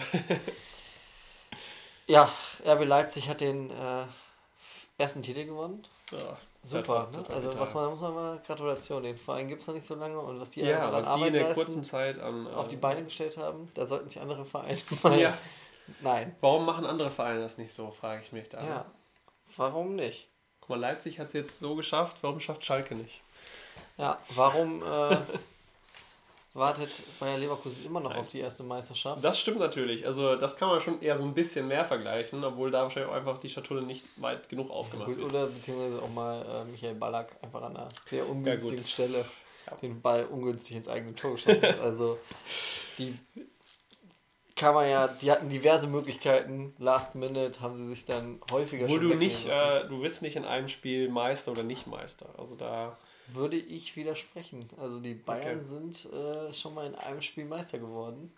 ja, R B Leipzig hat den äh, ersten Titel gewonnen.
Ja,
Super,
total,
ne?
total,
Also
total.
was man, da muss man mal Gratulation, den Verein gibt es noch nicht so lange und was die
Ja,
einfach an
was die in
Arbeit
der
leisten,
kurzen Zeit an...
auf die
äh,
Beine gestellt haben, da sollten sich andere Vereine mal...
Ja,
Nein.
warum machen andere Vereine das nicht so, frage ich mich da.
Ja, warum nicht?
Guck mal, Leipzig hat es jetzt so geschafft, warum schafft Schalke nicht?
Ja, warum äh, wartet Bayer Leverkusen immer noch
Nein.
auf die erste Meisterschaft?
Das stimmt natürlich. Also das kann man schon eher so ein bisschen mehr vergleichen, obwohl da wahrscheinlich auch einfach die Schatulle nicht weit genug aufgemacht
Gut,
wird.
oder beziehungsweise auch mal äh, Michael Ballack einfach an einer sehr ungünstigen
gut.
Stelle
Ja.
den Ball ungünstig ins eigene Tor geschossen hat. Also die kann man ja, die hatten diverse Möglichkeiten. Last Minute haben sie sich dann häufiger
Obwohl
schon
du
wegnehmen
nicht,
lassen.
äh, du bist nicht in einem Spiel Meister oder nicht Meister. Also da...
Würde ich widersprechen. Also die Bayern
Okay.
sind äh, schon mal in einem Spiel Meister geworden.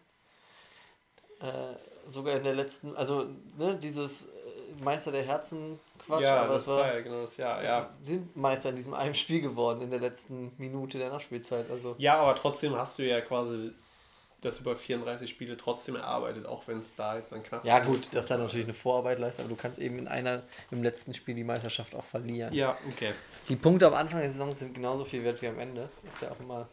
Äh, sogar in der letzten, also ne, dieses äh, Meister der Herzen Quatsch,
ja,
aber
das
es war,
war ja genau das Jahr. Ja.
es sind Meister in diesem einen Spiel geworden in der letzten Minute der Nachspielzeit. Also
ja, aber trotzdem hast du ja quasi das über vierunddreißig Spiele trotzdem erarbeitet, auch wenn es da jetzt ein knapp...
ja gut, dass da natürlich eine Vorarbeit leistet, aber du kannst eben in einer im letzten Spiel die Meisterschaft auch verlieren.
Ja, okay.
Die Punkte am Anfang der Saison sind genauso viel wert wie am Ende. Das ist ja auch immer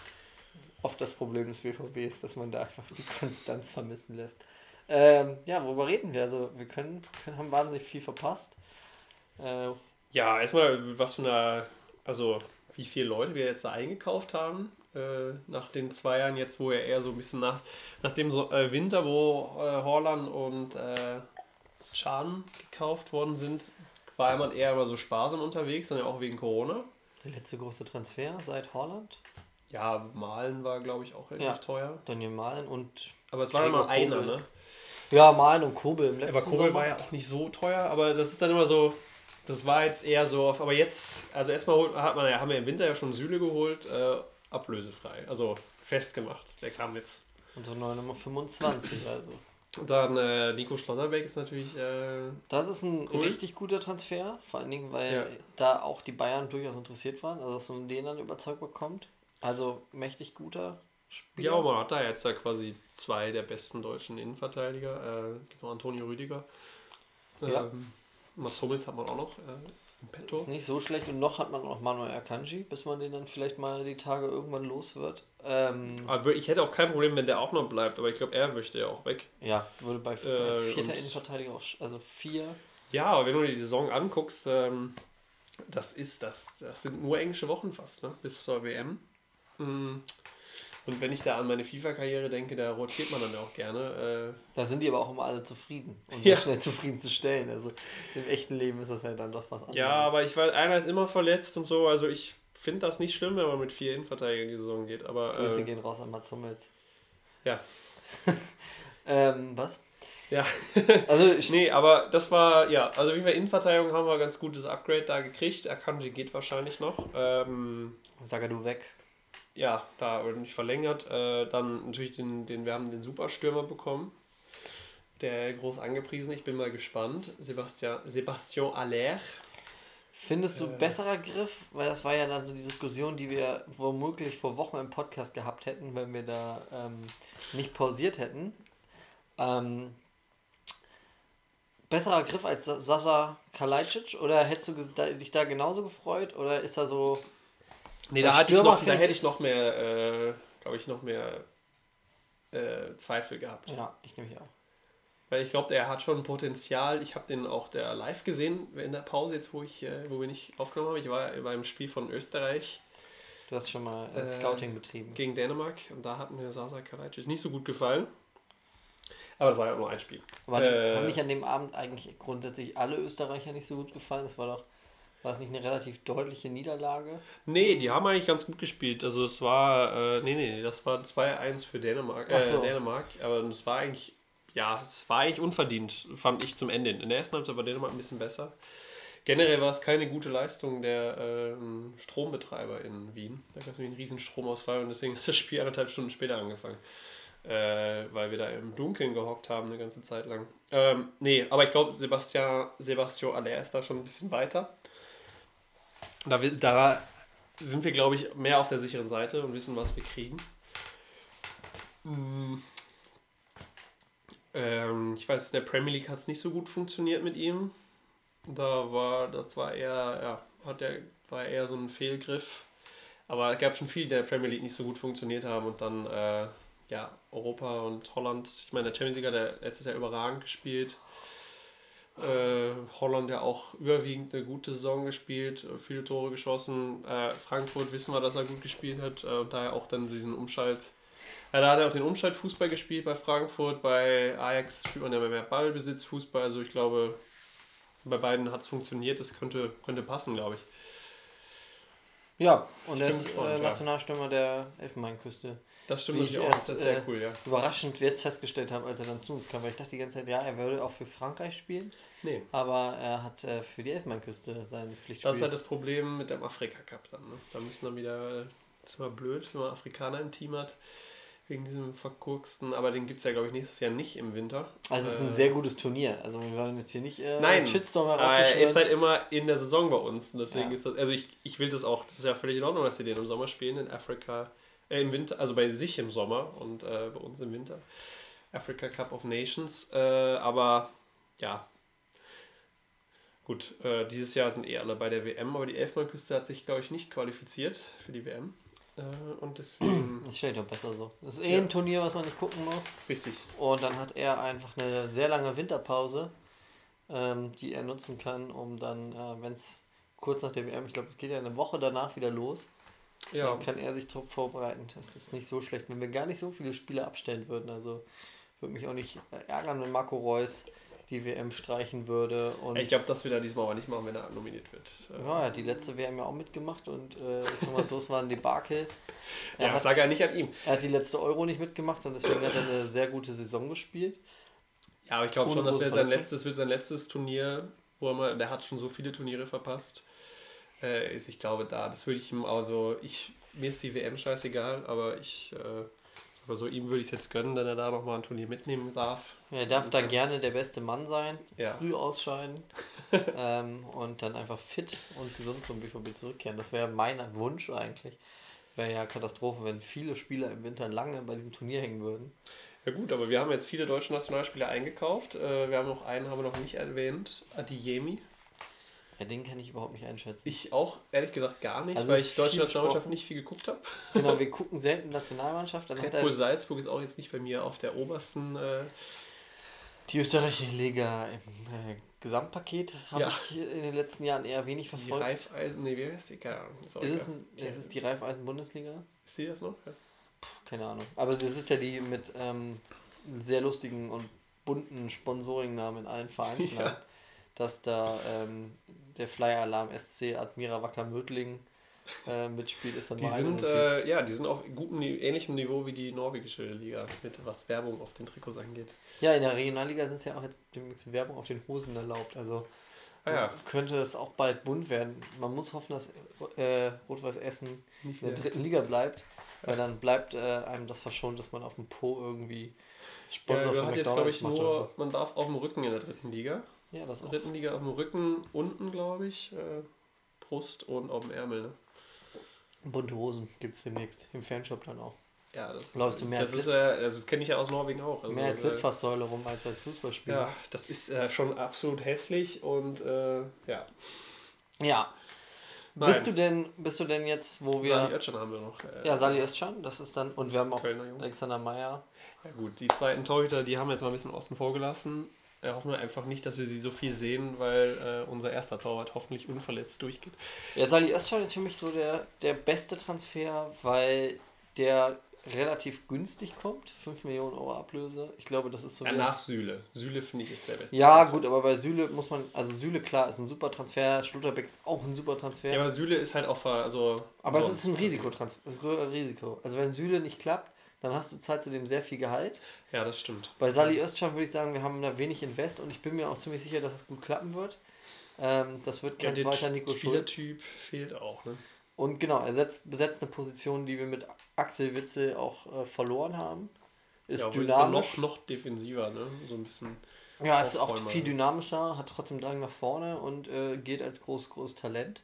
oft das Problem des B V Bs, dass man da einfach die Konstanz vermissen lässt. Ähm, ja, worüber reden wir? Also wir können, können haben wahnsinnig viel verpasst. Äh,
Ja, erstmal, was für eine, also wie viele Leute wir jetzt da eingekauft haben, äh, nach den zwei Jahren jetzt, wo ja eher so ein bisschen nach, nach dem so, äh, Winter, wo äh, Haaland und äh, Can gekauft worden sind, war man eher immer so sparsam unterwegs, dann ja auch wegen Corona.
der letzte große Transfer seit Holland.
Ja, Malen war, glaube ich, auch relativ
Ja.
teuer.
Daniel Malen und
Aber es war
Gregor
immer einer,
Kobel.
ne?
ja, Malen und Kobel im letzten
Aber Kobel
Sommer.
war ja auch nicht so teuer, aber das ist dann immer so, das war jetzt eher so, auf, aber jetzt, also erstmal holt- hat man ja, haben wir im Winter ja schon Süle geholt, äh, ablösefrei, also festgemacht, der kam jetzt.
Unsere neue Nummer fünfundzwanzig, also.
Und dann äh, Nico Schlotterbeck ist natürlich, äh,
Das ist ein
Cool.
richtig guter Transfer, vor allen Dingen, weil
Ja.
da auch die Bayern durchaus interessiert waren, also dass man den dann überzeugt bekommt. Also mächtig guter Spieler.
ja, man hat da jetzt ja quasi zwei der besten deutschen Innenverteidiger, äh, gibt noch Antonio Rüdiger. Ähm,
Ja.
Mats Hummels hat man auch noch äh, im Petto.
Ist nicht so schlecht und noch hat man auch Manuel Akanji, bis man den dann vielleicht mal die Tage irgendwann los wird. Ähm,
Aber ich hätte auch kein Problem, wenn der auch noch bleibt, aber ich glaube, er möchte ja auch weg.
ja, würde bei,
Äh,
als vierter
und-
Innenverteidiger auch, sch- also vier.
Ja, aber wenn du dir die Saison anguckst, ähm, das ist das, das sind nur englische Wochen fast, ne? Bis zur W M. Mm. Und wenn ich da an meine FIFA-Karriere denke, da rotiert man dann ja auch gerne.
Da sind die aber auch immer alle zufrieden und
Ja.
sehr schnell zufriedenzustellen. Also im echten Leben ist das ja dann doch was anderes.
Äh, ja, aber ich weiß, einer ist immer verletzt und so, also ich finde das nicht schlimm, wenn man mit vier Innenverteidigern in die Saison geht, aber
Grüße
äh,
gehen raus an Mats Hummels.
ja.
Ähm, was?
Ja.
Also ich,
Nee, aber das war, ja, also wie wir Innenverteidigung haben wir ein ganz gutes Upgrade da gekriegt. Akanji geht wahrscheinlich noch. Ähm,
sag du weg.
ja, da wird nicht verlängert. Äh, dann natürlich den, den, wir haben den Superstürmer bekommen. Der groß angepriesen, ich bin mal gespannt. Sebastian, Sebastian Aller.
Findest du
Äh.
besserer Griff? Weil das war ja dann so die Diskussion, die wir womöglich vor Wochen im Podcast gehabt hätten, wenn wir da ähm, nicht pausiert hätten. Ähm, besserer Griff als Sa- Sasa Kalajdzic? Oder hättest du ges- da, dich da genauso gefreut? Oder ist er so...
Nee,
Bei
da, hatte ich
Stürmer
noch, da
finde ich
hätte ich
ist-
noch mehr, äh, glaube ich, noch mehr äh, Zweifel gehabt.
Ja, ich nehme mich auch.
Weil ich glaube, der hat schon Potenzial. Ich habe den auch der live gesehen in der Pause, jetzt wo ich, äh, wo wir nicht aufgenommen haben. Ich war beim Spiel von Österreich
Du hast schon mal äh,
Äh,
Scouting betrieben.
gegen Dänemark und da hat mir Sasa Kalajdzic nicht so gut gefallen. Aber das war ja nur ein Spiel.
Aber
äh,
haben nicht an dem Abend eigentlich grundsätzlich alle Österreicher nicht so gut gefallen? Das war doch, war es nicht eine relativ deutliche Niederlage?
Nee, die haben eigentlich ganz gut gespielt. Also es war, äh, nee, nee, das war zwei eins für Dänemark,
Ach
äh,
so.
Dänemark. Aber es war eigentlich, ja, es war eigentlich unverdient, fand ich zum Ende. In der ersten Halbzeit war Dänemark ein bisschen besser. Generell war es keine gute Leistung der ähm, Strombetreiber in Wien. Da gab es nämlich einen riesen Stromausfall und deswegen hat das Spiel anderthalb Stunden später angefangen. Äh, weil wir da im Dunkeln gehockt haben eine ganze Zeit lang. Ähm, nee, aber ich glaube, Sebastian, Sebastian Aller ist da schon ein bisschen weiter. Da, wi- da sind wir, glaube ich, mehr auf der sicheren Seite und wissen, was wir kriegen. Mm. Ähm, ich weiß, in der Premier League hat es nicht so gut funktioniert mit ihm. Da war, das war eher, ja, hat der, war eher so ein Fehlgriff. Aber es gab schon viele, die in der Premier League nicht so gut funktioniert haben und dann, äh, ja, Europa und Holland. Ich meine, der Champions League hat er letztes Jahr überragend gespielt. Äh, Holland ja auch überwiegend eine gute Saison gespielt, äh, viele Tore geschossen. Äh, Frankfurt wissen wir, dass er gut gespielt hat äh, und daher auch dann diesen Umschalt. Ja, da hat er auch den Umschaltfußball gespielt bei Frankfurt, bei Ajax spielt man ja mehr Ballbesitzfußball, also ich glaube, bei beiden hat es funktioniert, das könnte, könnte passen, glaube ich.
Ja, und
Ich
er
bin
ist
gespannt,
äh,
ja.
Nationalstürmer der Elfenbeinküste.
Das stimmt
Wie
natürlich
ich
auch,
erst,
das ist sehr
äh,
cool, ja.
Überraschend jetzt festgestellt habe, als er dann zu uns kam, weil ich dachte die ganze Zeit, ja, er würde auch für Frankreich spielen,
Nee,
aber er hat äh, für die Elfenbeinküste sein Pflichtspiel.
das ist halt das Problem mit dem Afrika-Cup dann. Ne? Da müssen dann wieder, das ist immer blöd, wenn man Afrikaner im Team hat, wegen diesem verkurksten, aber den gibt es ja, glaube ich, nächstes Jahr nicht im Winter.
Also es ist ein
Äh,
sehr gutes Turnier. Also wir wollen jetzt hier nicht äh,
Nein,
Shitstorm
aber er
heraufbeschwören.
ist halt immer in der Saison bei uns. Und deswegen
Ja.
ist das, also ich, ich will das auch, das ist ja völlig in Ordnung, dass sie den im Sommer spielen, in Afrika, äh, im Winter, also bei sich im Sommer und äh, bei uns im Winter. Africa Cup of Nations. Äh, aber ja, gut, äh, dieses Jahr sind eh alle bei der W M, aber die Elfenbeinküste hat sich, glaube ich, nicht qualifiziert für die W M. Äh, und deswegen,
Das ist vielleicht auch besser so. Das ist eh
Ja.
ein Turnier, was man nicht gucken muss.
richtig.
Und dann hat er einfach eine sehr lange Winterpause, ähm, die er nutzen kann, um dann, äh, wenn es kurz nach der W M, ich glaube, es geht ja eine Woche danach wieder los,
Ja,
dann kann er sich darauf vorbereiten. Das ist nicht so schlecht, wenn wir gar nicht so viele Spiele abstellen würden. Also würde mich auch nicht äh, ärgern, wenn Marco Reus die W M streichen würde. Und
ich glaube, das wird er diesmal aber nicht machen, wenn er nominiert wird. Äh,
ja, er hat die letzte W M ja auch mitgemacht und äh, ich sag mal so, es war ein Debakel. Er
ja, das
hat-
lag ja nicht an ihm.
Er hat die letzte Euro nicht mitgemacht und deswegen hat er eine sehr gute Saison gespielt.
Ja, aber ich glaube
Ohne
schon, das
große
wird sein
Verletzung.
letztes, wird sein letztes Turnier, wo er mal, der hat schon so viele Turniere verpasst. Äh, ist, ich glaube, da, das würde ich ihm, also ich, mir ist die W M scheißegal, aber ich, äh, sag mal so, ihm würde ich es jetzt gönnen, wenn er da nochmal ein Turnier mitnehmen darf.
Er darf da gerne der beste Mann sein,
Ja.
früh ausscheiden ähm, und dann einfach fit und gesund zum B V B zurückkehren. Das wäre mein Wunsch eigentlich. Wäre ja Katastrophe, wenn viele Spieler im Winter lange bei diesem Turnier hängen würden.
Ja gut, aber wir haben jetzt viele deutsche Nationalspieler eingekauft. Äh, wir haben noch einen, haben wir noch nicht erwähnt, Adeyemi.
Ja, den kann ich überhaupt nicht einschätzen.
Ich auch, ehrlich gesagt, gar nicht,
Also
weil
es
ich
ist
deutsche
viel
Nationalmannschaft
besprochen.
nicht viel geguckt habe.
Genau, wir gucken selten Nationalmannschaft. Dann hat
Red
er
Bull Salzburg ist auch jetzt nicht bei mir auf der obersten. Äh,
die österreichische Liga im äh, Gesamtpaket habe
Ja.
ich in den letzten Jahren eher wenig
die
verfolgt.
Reifeisen, nee, wie heißt die? Keine Ahnung. Ist, auch
Ist es,
egal.
ein, ist es die Raiffeisen-Bundesliga?
Ist die das noch? Ja.
Keine Ahnung. Aber das ist ja die mit ähm, sehr lustigen und bunten Sponsoringnamen in allen Vereinsnamen.
Ja.
Dass da ähm, der Flyer-Alarm S C Admira Wacker Mödling äh, mitspielt, ist dann
Die
nur eine
sind,
Notiz.
äh, ja, die sind auf gutem, Ni- ähnlichem Niveau wie die norwegische Liga, mit was Werbung auf den Trikots angeht.
Ja, in der Regionalliga sind es ja auch jetzt demnächst Werbung auf den Hosen erlaubt. Also
Ah ja,
könnte es auch bald bunt werden. Man muss hoffen, dass äh, Rot-Weiß Essen
nicht
in der
mehr.
dritten Liga bleibt, weil dann bleibt äh, einem das verschont, dass man auf dem Po irgendwie Sponsor
Ja,
von
du hast jetzt, glaube
McDonalds
ich,
macht oder
nur, man darf auf dem Rücken in der dritten Liga.
so. Ja, das
In
auch.
der dritten Liga auf dem Rücken, unten, glaube ich, äh, Brust und auf dem Ärmel. Ne?
Bunte Hosen gibt es demnächst im Fanshop dann auch.
Ja, das
Läufst du mehr
das
als
ist, äh, also das kenne ich ja aus Norwegen auch. Also,
Mehr als
äh,
Litfaßsäule rum als als Fußballspieler.
Ja, das ist äh, schon absolut hässlich und äh, ja.
Ja.
Nein.
Bist du denn, bist du denn jetzt, wo wir.
Sali Özcan haben wir noch. Äh,
ja, Sali Özcan, das ist dann. Und wir haben auch
Kölner Junge.
Alexander Meyer.
Ja gut, die zweiten Torhüter, die haben wir jetzt mal ein bisschen außen vor gelassen. Äh, hoffen wir einfach nicht, dass wir sie so viel sehen, weil äh, unser erster Torwart hoffentlich unverletzt durchgeht.
Ja, Sali Özcan ist für mich so der, der beste Transfer, weil der relativ günstig kommt. fünf Millionen Euro Ablöse. Ich glaube, das ist so.
Ja,
wie-
nach Süle. Süle finde ich ist der beste.
ja,
Transfer.
gut, aber bei Süle muss man. Also Süle, klar, ist ein super Transfer. Schlotterbeck ist auch ein super Transfer.
Ja, aber Süle ist halt auch ver- also.
aber es
sonst.
ist ein Risikotransfer. Es ist ein Risiko. Also wenn Süle nicht klappt, dann hast du Zeit zu dem sehr viel Gehalt.
Ja, das stimmt.
Bei Sali Özcan würde ich sagen, wir haben da wenig Invest und ich bin mir auch ziemlich sicher, dass das gut klappen wird. Ähm, das wird
Ja,
kein
der
zweiter Nico Schulz.
Spielertyp fehlt auch, ne?
Und genau, er setzt, besetzt eine Position, die wir mit Axel Witzel auch äh, verloren haben. Ist
ja, obwohl
dynamisch.
So noch, noch defensiver, ne? So ein bisschen.
ja, ist auch
Aufräumer.
viel dynamischer, hat trotzdem Drang nach vorne und äh, geht als groß, großes Talent.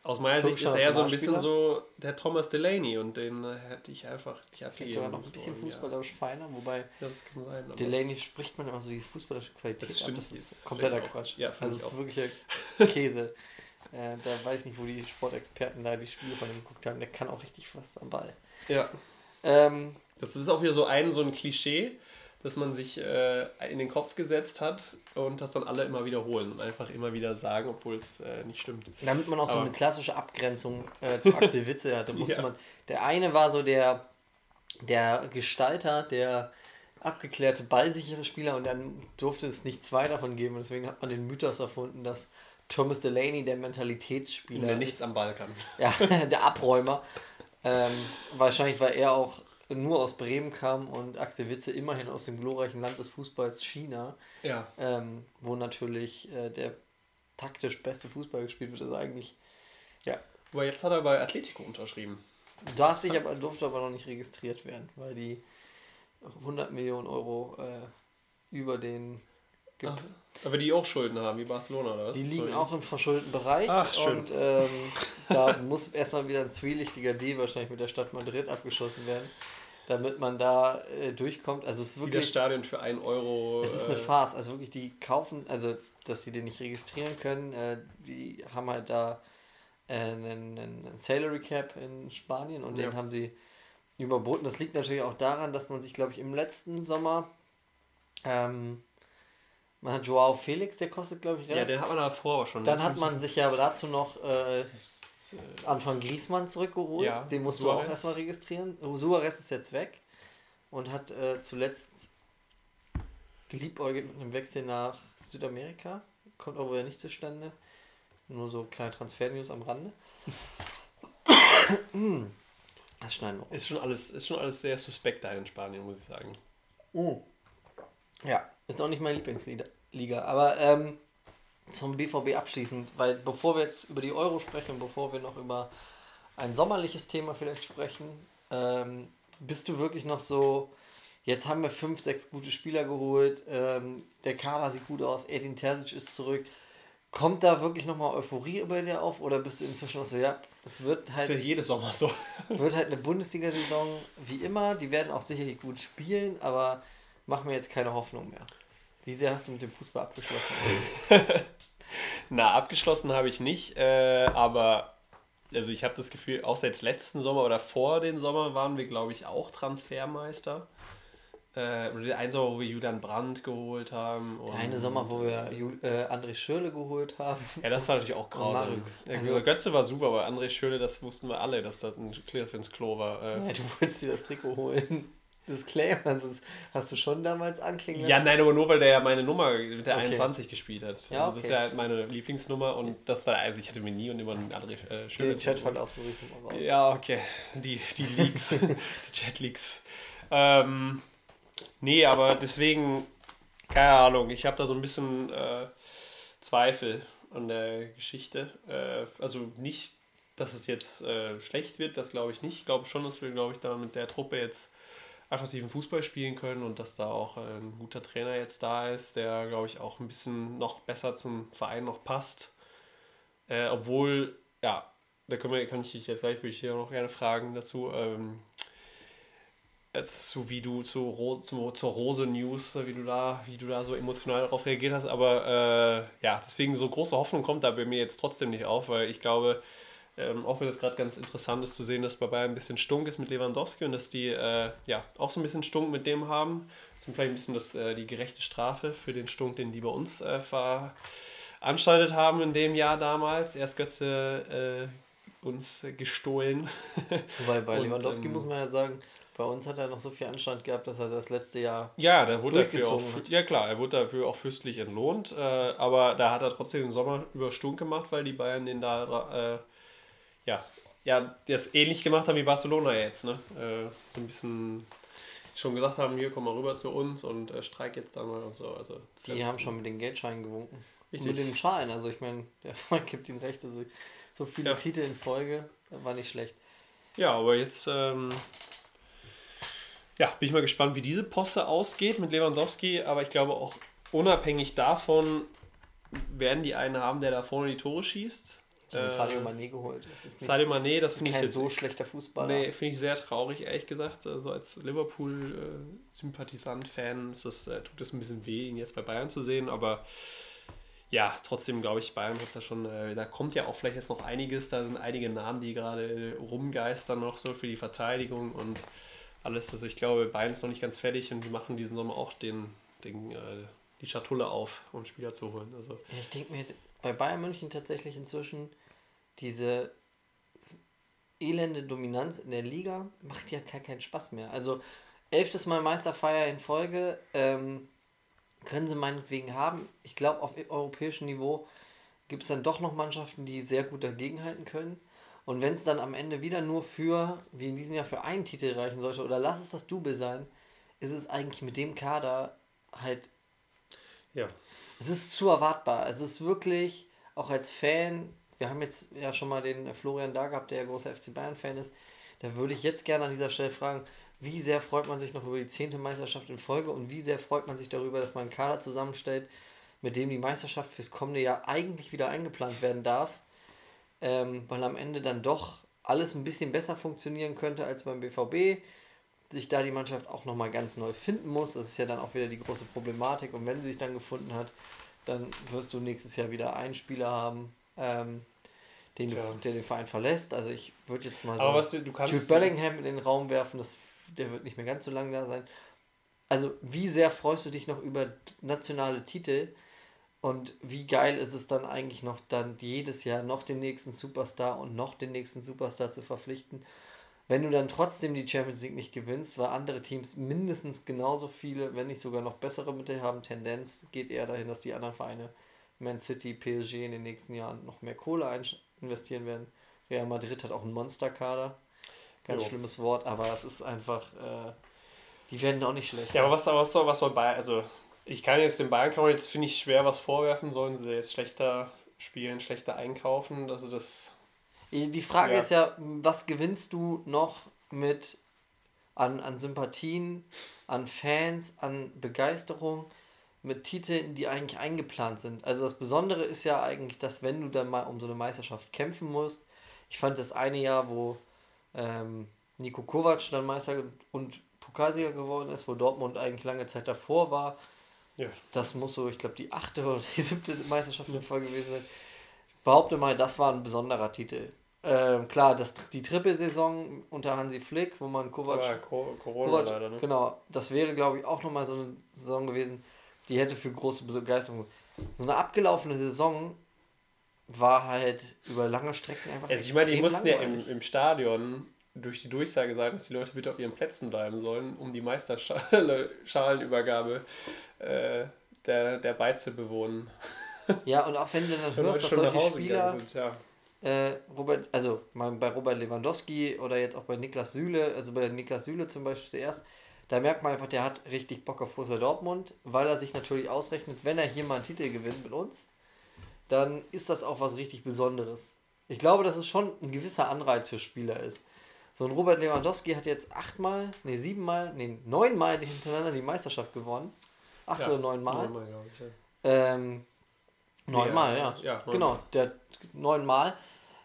Aus meiner Sicht ist er ja so ein bisschen
Nationalspieler.
so der Thomas Delaney und den äh, hätte ich einfach nicht
Vielleicht
abgegeben.
sogar noch ein bisschen
wollen,
fußballerisch feiner, wobei
Ja, das kann sein. aber-
Delaney spricht man immer so die fußballerische Qualität
Das stimmt,
ab. Das
das
ist
ist
kompletter
vielleicht auch-
Quatsch.
ja, finde
also
ich
es ist wirklich Käse. äh, da weiß ich nicht, wo die Sportexperten da die Spiele von ihm geguckt haben. Der kann auch richtig was am Ball.
Ja,
Ähm,
das ist auch wieder so ein, so ein Klischee, das man sich äh, in den Kopf gesetzt hat und das dann alle immer wiederholen und einfach immer wieder sagen, obwohl es äh, nicht stimmt.
damit man auch so
Aber-
eine klassische Abgrenzung äh, zu Axel Witze hatte, musste
Ja.
man. Der eine war so der, der Gestalter, der abgeklärte, ballsichere Spieler und dann durfte es nicht zwei davon geben. Und deswegen hat man den Mythos erfunden, dass Thomas Delaney der Mentalitätsspieler
Der
ist.
nichts am Ball kann.
Ja, der Abräumer. Ähm, wahrscheinlich, weil er auch nur aus Bremen kam und Axel Witze immerhin aus dem glorreichen Land des Fußballs China,
Ja.
ähm, wo natürlich äh, der taktisch beste Fußball gespielt wird. Also eigentlich, ja,
Aber jetzt hat er bei Atletico unterschrieben.
darf sich aber, durfte aber noch nicht registriert werden, weil die hundert Millionen Euro äh, über den gibt.
Ach, aber die auch Schulden haben, wie Barcelona oder was?
Die liegen
Oder
auch im verschuldeten Bereich
Ach, schön.
und ähm, da muss erstmal wieder ein zwielichtiger Deal wahrscheinlich mit der Stadt Madrid abgeschlossen werden, damit man da äh, durchkommt. Also es ist
wie das
wirklich,
Stadion für einen Euro.
es ist eine
äh,
Farce. Also wirklich, die kaufen, also dass sie den nicht registrieren können, äh, die haben halt da äh, einen, einen Salary Cap in Spanien und
Ja.
den haben sie überboten. Das liegt natürlich auch daran, dass man sich, glaube ich, im letzten Sommer ähm, man hat Joao Felix, der kostet, glaube ich,
Ja,
relativ.
den hat man davor aber schon.
Dann hat man sich ja dazu noch äh,
Das, äh,
Anfang Griezmann zurückgeholt.
Ja,
Den musst du auch
Suarez.
erstmal registrieren. Suarez ist jetzt weg und hat äh, zuletzt geliebäugelt mit einem Wechsel nach Südamerika. Kommt aber ja nicht zustande. Nur so kleine Transfer-News am Rande. Das schneiden wir.
Ist schon alles, ist schon alles sehr suspekt da in Spanien, muss ich sagen.
Oh. Ja, ist auch nicht meine Lieblingsliga. Liga. Aber ähm, zum B V B abschließend, weil bevor wir jetzt über die Euro sprechen, bevor wir noch über ein sommerliches Thema vielleicht sprechen, ähm, bist du wirklich noch so, jetzt haben wir fünf, sechs gute Spieler geholt, ähm, der Kader sieht gut aus, Edin Terzic ist zurück. Kommt da wirklich nochmal Euphorie über dir auf oder bist du inzwischen noch so, ja, es wird
Das ist ja
halt,
jedes Sommer so.
wird halt eine Bundesliga-Saison wie immer, die werden auch sicherlich gut spielen, aber mach mir jetzt keine Hoffnung mehr. Wie sehr hast du mit dem Fußball abgeschlossen?
Na, abgeschlossen habe ich nicht, äh, aber also ich habe das Gefühl, auch seit letzten Sommer oder vor dem Sommer waren wir, glaube ich, auch Transfermeister. Äh, oder der eine Sommer, wo wir Julian Brandt geholt haben.
Der eine Sommer, wo wir Ju äh, André Schürrle geholt haben.
Ja, das war natürlich auch grausam.
Mario.
Ja,
Also-
Götze war super, aber André Schürrle, das wussten wir alle, dass das ein Cliff ins Klo war. Äh,
Ja, du wolltest dir das Trikot holen. Disclaimer, also das hast du schon damals anklingen lassen.
Ja, nein, aber nur weil der ja meine Nummer mit der
Okay.
einundzwanzig gespielt hat.
Ja,
Also das ist
okay.
ja halt meine Lieblingsnummer und das war, also ich hatte mir nie und immer einen André äh, Schürrle.
Den Chatverlauf suche ich nochmal raus.
Ja, okay. Die, die Leaks, die Chat-Leaks. Ähm, nee, aber deswegen, keine Ahnung, ich habe da so ein bisschen äh, Zweifel an der Geschichte. Äh, also nicht, dass es jetzt äh, schlecht wird, das glaube ich nicht. Ich glaube schon, dass wir, glaube ich, da mit der Truppe jetzt attraktiven Fußball spielen können und dass da auch äh, ein guter Trainer jetzt da ist, der, glaube ich, auch ein bisschen noch besser zum Verein noch passt. Äh, obwohl, ja, da können wir, kann ich dich jetzt gleich, würde ich hier noch gerne fragen dazu, ähm, jetzt so wie du zu Ro zu, zur Rose-News, wie du da, wie du da so emotional darauf reagiert hast, aber äh, ja, deswegen so große Hoffnung kommt da bei mir jetzt trotzdem nicht auf, weil ich glaube, ähm, auch wenn es gerade ganz interessant ist zu sehen, dass bei Bayern ein bisschen Stunk ist mit Lewandowski und dass die äh, ja auch so ein bisschen Stunk mit dem haben. Das ist vielleicht ein bisschen das, äh, die gerechte Strafe für den Stunk, den die bei uns äh, veranstaltet haben in dem Jahr damals. Erst Götze äh, uns gestohlen.
Wobei bei
Und,
Lewandowski
ähm,
muss man ja sagen, bei uns hat er noch so viel Anstand gehabt, dass er das letzte Jahr.
Ja, da wurde dafür auch,
Durchgezogen hat.
ja klar, er wurde dafür auch fürstlich entlohnt, äh, aber da hat er trotzdem den Sommer über Stunk gemacht, weil die Bayern den da, äh, ja, ja, das ähnlich gemacht haben wie Barcelona jetzt, ne? Äh, so ein bisschen schon gesagt haben, hier, komm mal rüber zu uns und äh, streik jetzt da mal und so. Also, das ist
Die
ja ein
haben
bisschen-
schon mit den Geldscheinen gewunken.
Richtig.
Und mit den Schalen. Also ich meine, der Freund gibt ihm recht. Also so viele
Ja.
Titel in Folge war nicht schlecht.
Ja, aber jetzt ähm, ja, bin ich mal gespannt, wie diese Posse ausgeht mit Lewandowski, aber ich glaube auch unabhängig davon werden die einen haben, der da vorne die Tore schießt.
Die haben
Äh,
Sadio Mané geholt. Das ist nicht
Sadio Mané, das finde ich
kein
jetzt
so schlechter Fußballer.
Nee, finde ich sehr traurig, ehrlich gesagt. Also als Liverpool-Sympathisant, Fan ist das, äh, tut es ein bisschen weh, ihn jetzt bei Bayern zu sehen, aber ja, trotzdem glaube ich, Bayern hat da schon, äh, da kommt ja auch vielleicht jetzt noch einiges, da sind einige Namen, die gerade äh, rumgeistern noch so für die Verteidigung und alles. Also ich glaube, Bayern ist noch nicht ganz fertig und die machen diesen Sommer auch den, den, äh, die Schatulle auf, um Spieler zu holen. Also
Ja, ich denke mir bei Bayern München tatsächlich inzwischen diese elende Dominanz in der Liga macht ja gar keinen Spaß mehr. Also elftes Mal Meisterfeier in Folge ähm, können sie meinetwegen haben. Ich glaube, auf europäischem Niveau gibt es dann doch noch Mannschaften, die sehr gut dagegenhalten können. Und wenn es dann am Ende wieder nur für, wie in diesem Jahr, für einen Titel reichen sollte, oder lass es das Double sein, ist es eigentlich mit dem Kader halt,
ja.
es ist zu erwartbar. Es ist wirklich, auch als Fan, wir haben jetzt ja schon mal den Florian da gehabt, der ja großer F C Bayern-Fan ist, da würde ich jetzt gerne an dieser Stelle fragen, wie sehr freut man sich noch über die zehnte Meisterschaft in Folge und wie sehr freut man sich darüber, dass man einen Kader zusammenstellt, mit dem die Meisterschaft fürs kommende Jahr eigentlich wieder eingeplant werden darf, ähm, weil am Ende dann doch alles ein bisschen besser funktionieren könnte als beim B V B, sich da die Mannschaft auch nochmal ganz neu finden muss. Das ist ja dann auch wieder die große Problematik und wenn sie sich dann gefunden hat, dann wirst du nächstes Jahr wieder einen Spieler haben, ähm, den,
Ja.
der den Verein verlässt. Also ich würde jetzt mal so
Aber was du, du kannst...
Jude Bellingham in den Raum werfen, das, der wird nicht mehr ganz so lange da sein. Also wie sehr freust du dich noch über nationale Titel und wie geil ist es dann eigentlich noch, dann jedes Jahr noch den nächsten Superstar und noch den nächsten Superstar zu verpflichten, wenn du dann trotzdem die Champions League nicht gewinnst, weil andere Teams mindestens genauso viele, wenn nicht sogar noch bessere Mittel haben. Tendenz geht eher dahin, dass die anderen Vereine, Man City, P S G in den nächsten Jahren noch mehr Kohle einsch- investieren werden. Real Madrid hat auch einen Monsterkader. Ganz
Jo.
schlimmes Wort, aber es ist einfach, äh, die werden auch nicht schlecht.
Ja, aber was, was soll, was soll Bayern, also ich kann jetzt den Bayern, kann man jetzt, finde ich, schwer was vorwerfen, sollen sie jetzt schlechter spielen, schlechter einkaufen, also das...
Die Frage
Ja.
ist ja, was gewinnst du noch mit an, an Sympathien, an Fans, an Begeisterung, mit Titeln, die eigentlich eingeplant sind? Also das Besondere ist ja eigentlich, dass wenn du dann mal um so eine Meisterschaft kämpfen musst, ich fand das eine Jahr, wo ähm, Niko Kovac dann Meister und Pokalsieger geworden ist, wo Dortmund eigentlich lange Zeit davor war,
Ja.
das muss so, ich glaube, die achte oder die siebte Meisterschaft in Folge gewesen sein. Ich behaupte mal, das war ein besonderer Titel. Ähm, klar, das, die Trippelsaison unter Hansi Flick, wo man Kovac,
Aber Co- Corona
Kovac
leider, ne?
genau, das wäre, glaube ich, auch nochmal so eine Saison gewesen, die hätte für große Begeisterung. So eine abgelaufene Saison war halt über lange Strecken einfach
Also ich meine, die
extrem
mussten ja
langweilig.
im, im Stadion durch die Durchsage sagen, dass die Leute bitte auf ihren Plätzen bleiben sollen, um die Meisterschalenübergabe äh, der, der Beize bewohnen.
Ja, und auch wenn du dann
Wenn
hörst,
Leute
dass
schon nach
solche
Hause
Spieler,
gegangen sind, ja.
äh, Robert, also mal bei Robert Lewandowski oder jetzt auch bei Niklas Süle, also bei Niklas Süle zum Beispiel zuerst, da merkt man einfach, der hat richtig Bock auf Borussia Dortmund, weil er sich natürlich ausrechnet, wenn er hier mal einen Titel gewinnt mit uns, dann ist das auch was richtig Besonderes. Ich glaube, dass es schon ein gewisser Anreiz für Spieler ist. So ein Robert Lewandowski hat jetzt achtmal, nee, siebenmal, nee, neunmal hintereinander die Meisterschaft gewonnen. Acht
Ja,
oder neunmal.
Neunmal, glaube ich, ja.
Ähm, neunmal,
Ja,
ja.
ja, neunmal.
Genau, der hat neunmal.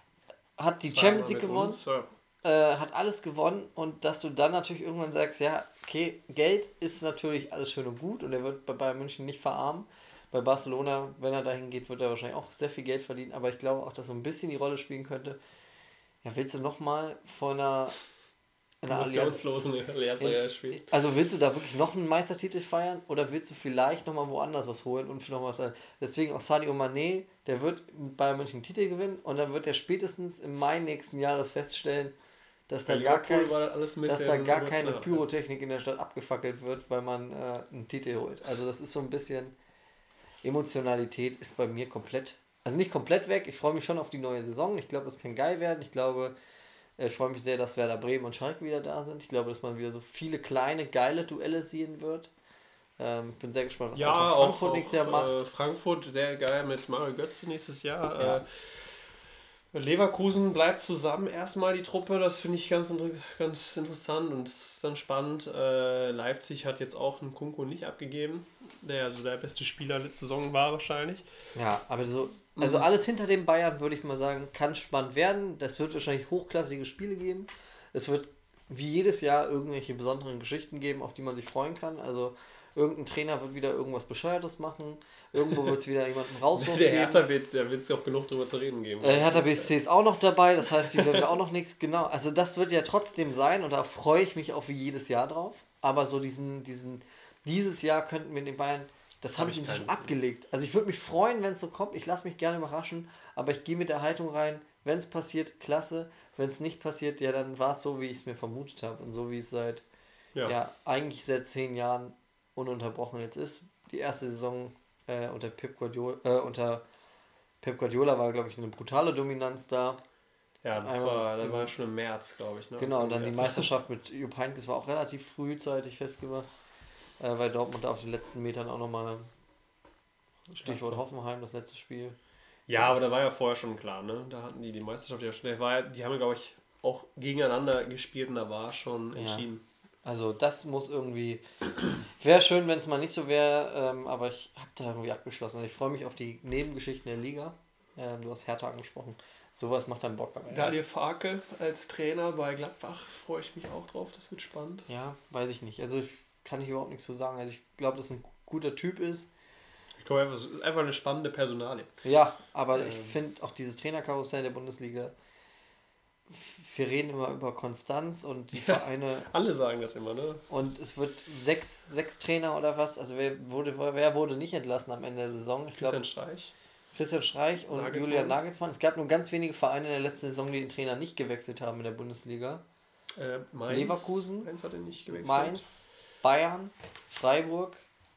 Hat die
Zweimal
Champions League
mit
gewonnen,
uns, ja.
äh, hat alles gewonnen und dass du dann natürlich irgendwann sagst, ja, okay, Geld ist natürlich alles schön und gut und er wird bei Bayern München nicht verarmen. Bei Barcelona, wenn er dahin geht, wird er wahrscheinlich auch sehr viel Geld verdienen, aber ich glaube auch, dass so ein bisschen die Rolle spielen könnte. Ja, willst du nochmal von einer, einer Allianz,
Emotionslosen Allianz spielen.
also willst du da wirklich noch einen Meistertitel feiern oder willst du vielleicht nochmal woanders was holen und noch was? Deswegen auch Sadio Mané, der wird mit Bayern München einen Titel gewinnen und dann wird er spätestens im Mai nächsten Jahres feststellen, dass da
Bei
gar,
Liverpool
kein,
war das alles ein
dass
bisschen
da gar keine
emotional.
Pyrotechnik in der Stadt abgefackelt wird, weil man äh, einen Titel holt. Also das ist so ein bisschen, Emotionalität ist bei mir komplett, also nicht komplett weg. Ich freue mich schon auf die neue Saison. Ich glaube, das kann geil werden. Ich glaube, ich freue mich sehr, dass Werder Bremen und Schalke wieder da sind. Ich glaube, dass man wieder so viele kleine, geile Duelle sehen wird. Ähm, bin sehr gespannt, was
Ja,
Eintracht
auch,
Frankfurt
auch
nächstes Jahr macht.
äh, Frankfurt, sehr geil mit Mario Götze nächstes Jahr.
Ja.
Äh, Leverkusen bleibt zusammen erstmal die Truppe, das finde ich ganz, inter- ganz interessant und es ist dann spannend. Äh, Leipzig hat jetzt auch einen Kunku nicht abgegeben, der also der beste Spieler letzte Saison war wahrscheinlich.
Ja, aber so, also
Mhm.
alles hinter den Bayern, würde ich mal sagen, kann spannend werden. Das wird wahrscheinlich hochklassige Spiele geben. Es wird wie jedes Jahr irgendwelche besonderen Geschichten geben, auf die man sich freuen kann. Also irgendein Trainer wird wieder irgendwas Bescheuertes machen. Irgendwo wird es wieder jemanden rauswurf
Der
geben.
Hertha wird, da wird es ja auch genug drüber zu reden geben.
Äh, Hertha
Das
B
ist
S C ist auch noch dabei, das heißt, die werden wir auch noch nichts, genau. Also das wird ja trotzdem sein und da freue ich mich auch wie jedes Jahr drauf. Aber so diesen, diesen, dieses Jahr könnten wir den Bayern, das
Hab
habe
ich
ich inzwischen
keinen Sinn.
abgelegt. Also ich würde mich freuen, wenn es so kommt. Ich lasse mich gerne überraschen, aber ich gehe mit der Haltung rein, wenn es passiert, klasse. Wenn es nicht passiert, ja, dann war es so, wie ich es mir vermutet habe und so wie es seit,
Ja.
ja, eigentlich seit zehn Jahren ununterbrochen jetzt ist. Die erste Saison äh, unter Pep Guardiola, äh, unter Pep Guardiola war, glaube ich, eine brutale Dominanz da.
Ja, das
Einmal
war,
mit-
das war schon im März, glaube ich. Ne?
Genau, und
Anfang
dann die
März.
Meisterschaft mit Jupp Heynckes war auch relativ frühzeitig festgemacht, äh, weil Dortmund da auf den letzten Metern auch nochmal, Stichwort Hoffenheim, das letzte Spiel.
Ja, aber da war ja vorher schon klar, ne? Da hatten die die Meisterschaft ja schon. Der war, ja- die haben ja, glaube ich, auch gegeneinander gespielt und da war schon
Ja.
entschieden.
Also das muss irgendwie, wäre schön, wenn es mal nicht so wäre, ähm, aber ich habe da irgendwie abgeschlossen. Also ich freue mich auf die Nebengeschichten der Liga. Ähm, du hast Hertha angesprochen. Sowas macht dann Bock. Aber
Daniel Farke als Trainer bei Gladbach freue ich mich auch drauf, das wird spannend.
Ja, weiß ich nicht. Also ich, kann ich überhaupt nichts zu sagen. Also ich glaube, dass ein guter Typ ist.
Ich glaube, einfach, es ist einfach eine spannende Personalie.
Ja, aber ich
Ähm.
finde auch dieses Trainerkarussell der Bundesliga, wir reden immer über Konstanz und die Vereine
Alle sagen das immer, ne?
und es wird sechs, sechs Trainer oder was, also wer wurde, wer wurde nicht entlassen am Ende der Saison? Ich glaube
Christian Streich.
Christian Streich und
Nagelsmann.
Julian Nagelsmann. Es gab nur ganz wenige Vereine in der letzten Saison, die den Trainer nicht gewechselt haben in der Bundesliga.
Äh, Mainz,
Leverkusen,
Mainz hat er nicht gewechselt.
Mainz, Bayern, Freiburg,